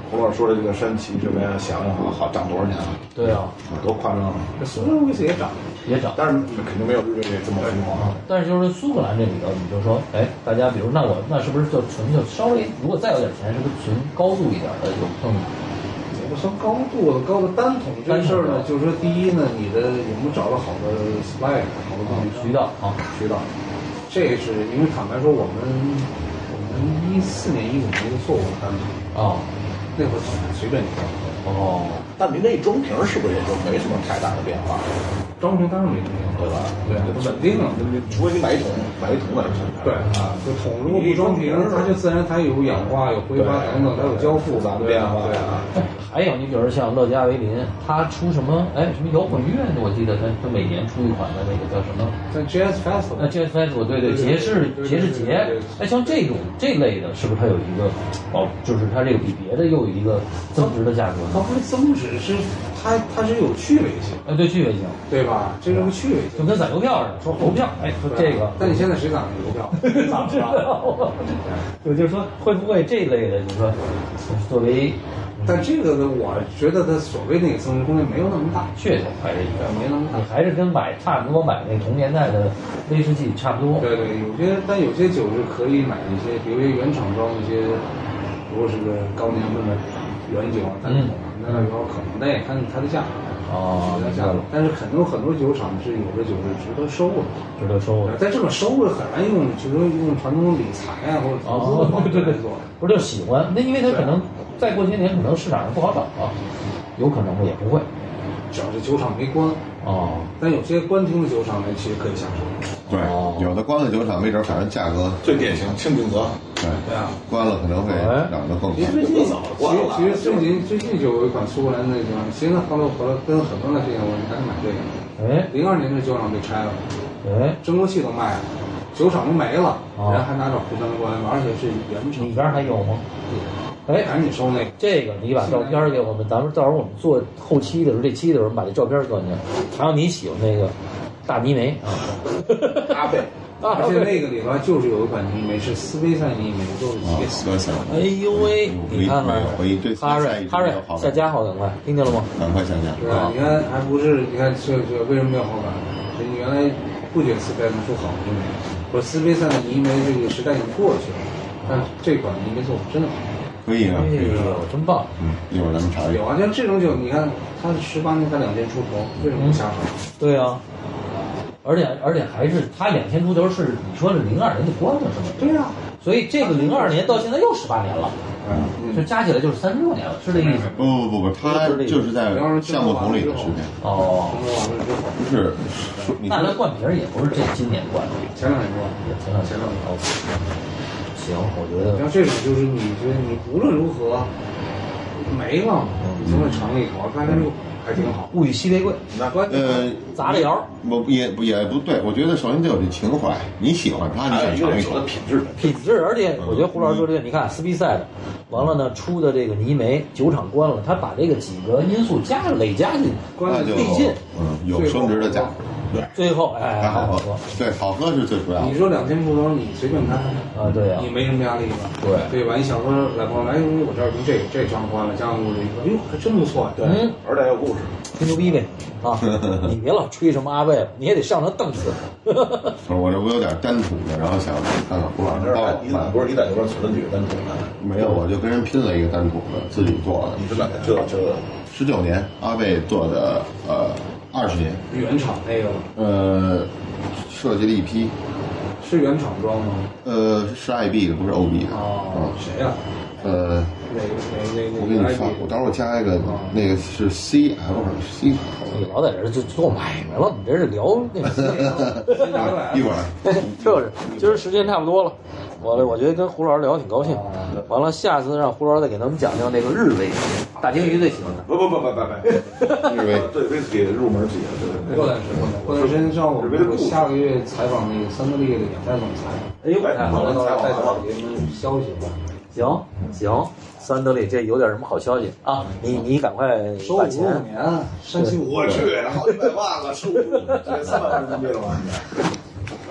S3: 胡老师说的这个山崎这边想想好好涨多少年了？
S1: 对啊，
S3: 多夸张啊！
S4: 这苏格兰威士也涨，
S1: 也涨。
S3: 但是肯定没有日威这么疯狂。
S1: 但是就是苏格兰这里头，你就说，哎，大家比如那我那是不是就纯就稍微，如果再有点钱，是不是纯高度一点的有更？
S4: 也不说高度高的单桶这事儿呢，就是说第一呢，你的有没有找到好的 supply 好的供应
S1: 渠道啊，
S4: 渠道。这是因为坦白说，我们我们一四年一五年就做过单桶
S1: 啊，
S4: 那会儿随便你装。
S1: 哦，
S3: 但您这装瓶是不是也就没什么太大的变化？
S4: 装瓶当然没什么
S3: 对吧？
S4: 对，稳定了，对不对？
S3: 除非你买一桶，买一桶在这存
S4: 对啊，就桶如果不装瓶，它就自然它有氧化、有挥发等等，它有交付杂的变化。对啊，
S1: 还有你比如像乐嘉维林，它出什么哎什么摇滚乐呢？我记得它它每年出一款的那个叫什么？
S4: 在 Jazz Festival。
S1: 呃 Jazz Festival 对对，爵士爵士节。哎，像这种这类的，是不是它有一个哦，就是它这个比别的又有一个增值的价格？
S4: 它不是增值，是它它是有趣味性。
S1: 哎，对趣味性，
S4: 对吧？这是个趣味性，
S1: 就跟攒邮票似的，说投票，哎，说这个。
S4: 但你现在谁攒邮票？
S1: 咋知道？我就说会不会这类的，就是说作为，
S4: 但这个呢，我觉得它所谓那个增值空间没有那么大，
S1: 噱头还是一个，
S4: 没那么大，
S1: 你还是跟买差不多买那同年代的威士忌差不多。
S4: 对对，有些但有些酒是可以买一些，比如说原厂装一些，如果是个高年份的原酒啊、单桶啊，那有可能，但也看它的价格。
S1: 哦，
S4: 它的价格，但是肯定有很多酒厂是有的酒是值得收的，
S1: 值得收的。
S4: 但这种收的很难用，就是说用传统理财啊或者投资的方式来做，
S1: 不是就喜欢那，因为它可能再过些年可能市场上不好找啊，有可能也不会，
S4: 只要是酒厂没关
S1: 哦。
S4: 但有些关停的酒厂呢，其实可以享受。
S2: 对，有的关了酒厂，没准反正价格
S3: 最典型清景泽。
S2: 对
S4: 对啊，
S2: 关了可能会涨得更高。
S4: 最近早其实其实最近最近就有一款苏格兰那酒，现在后来后来跟很多人推荐我，你赶紧买这个。哎，零二年的酒厂被拆了，
S1: 哎，
S4: 蒸馏器都卖了，酒厂都没了，人还拿着库存过来，而且是原厂。
S1: 里边还有吗？
S4: 哎，赶紧收那个。
S1: 这个你把照片给我们，咱们到时候我们做后期的时候，这期的时候把这照片搁进去。还有你喜欢那个大泥煤啊，
S3: 阿贝。
S4: 而且那个里边就是有一款泥煤是斯威塞泥煤，就是
S2: 斯威塞。
S1: 哎呦喂，你看看，
S2: 我一对
S1: 哈瑞哈瑞下家好，赶快听见了吗？
S2: 赶快下家。
S4: 对吧？你看还不是？你看这这为什么没有好感？你原来不觉得斯威塞能出好泥煤，我斯威塞的泥煤这个时代已经过去了，但这款泥煤做的真好。
S2: 可以啊，
S1: 哎呦，真棒！
S2: 嗯，一会儿咱们查一下。
S4: 有啊，像这种酒，你看它十八年才两千出头，为什么不下手？
S1: 对啊。而且而且还是他两千出头是你说是零二年就关了是吗？
S4: 对呀，
S1: 所以这个零二年到现在又十八年了，嗯，就加起来就是三十六年了，是这意思？
S2: 不不不不，他就是在橡木桶里的时间。
S1: 哦，
S2: 不是，
S1: 那他灌瓶也不是这今年灌的，
S4: 前两年灌，
S1: 前两前两年。行，我觉得
S4: 像这种就是你觉得你无论如何没了，你总得尝一口，但是又还挺好。
S1: 物以稀为贵，
S4: 那关
S2: 呃
S1: 砸着窑，
S2: 不也不也不对，我觉得首先得有这情怀，你喜欢它，你想尝一口
S3: 的品质，
S1: 品质。而且我觉得胡老师说这个，你看斯比塞的，完了呢出的这个泥煤酒厂关了，他把这个几个因素加累加进去，
S2: 那就
S1: 递进，
S2: 嗯，有升值的价值。对，
S1: 最后哎
S2: 还好喝，对，好喝是最主要的。
S4: 你说两千出头，你随便开
S1: 啊，对呀，
S4: 你没什么压力吧？
S1: 对，
S4: 对吧？你想说来朋友来，我这儿就这这张关了，加上故事一个，哎呦，还真不错呀。
S3: 对，而且还有故事，
S1: 吹牛逼呗啊！你别老吹什么阿贝了，你也得上上档次。
S2: 不是我这不有点单土的，然后想看看胡老师包。
S3: 你咋不是你在那边存了几个单土呢？
S2: 没有，我就跟人拼了一个单土的，自己做的。
S3: 你是哪这这
S2: 十九年，阿贝做的呃二十年。
S4: 原厂那个
S2: 呃，设计了一批。
S4: 是原厂装吗？
S2: 呃，是 I B 的，不是 O B 的。
S4: 哦，谁呀？
S2: 呃，
S4: 那个那那那
S2: 我给你发，我待会儿加一个，那个是 C L C。
S1: 你老在这就做买卖了，你这是聊那个。
S2: 一会儿，
S1: 就是今儿时间差不多了，我我觉得跟胡老师聊挺高兴。完了，下次让胡老师再给咱们讲讲那个日威，大鲸鱼最喜欢的。
S3: 不不不不不不，
S2: 日威
S3: 对威士忌入门级的，
S4: 过段时间，过段时间让我我下个月采访那个三得利的两代总裁。
S1: 哎呦，太好了，
S4: 到时候带点给你们消息吧。
S1: 行行，三得利这有点什么好消息啊？你你赶快
S4: 收五十五年，山西五，
S3: 我去，好几百万了，收五十五年，这三百万人民币了吧？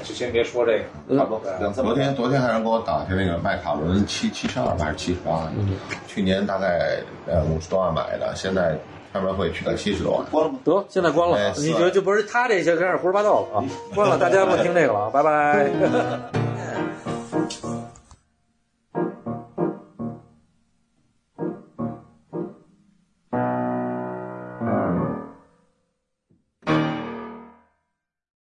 S4: 就先别说这个，差不多两三百。
S2: 昨天昨天还有人给我打听那个迈卡伦七七十二吧还是七十八，去年大概呃五十多万买的，现在开卖会去到七十多万。
S3: 关了吗？
S1: 得，现在关了。
S2: 哎
S1: 你就就不是他这些开始胡说八道了啊！关了，大家不听这个了啊，拜拜。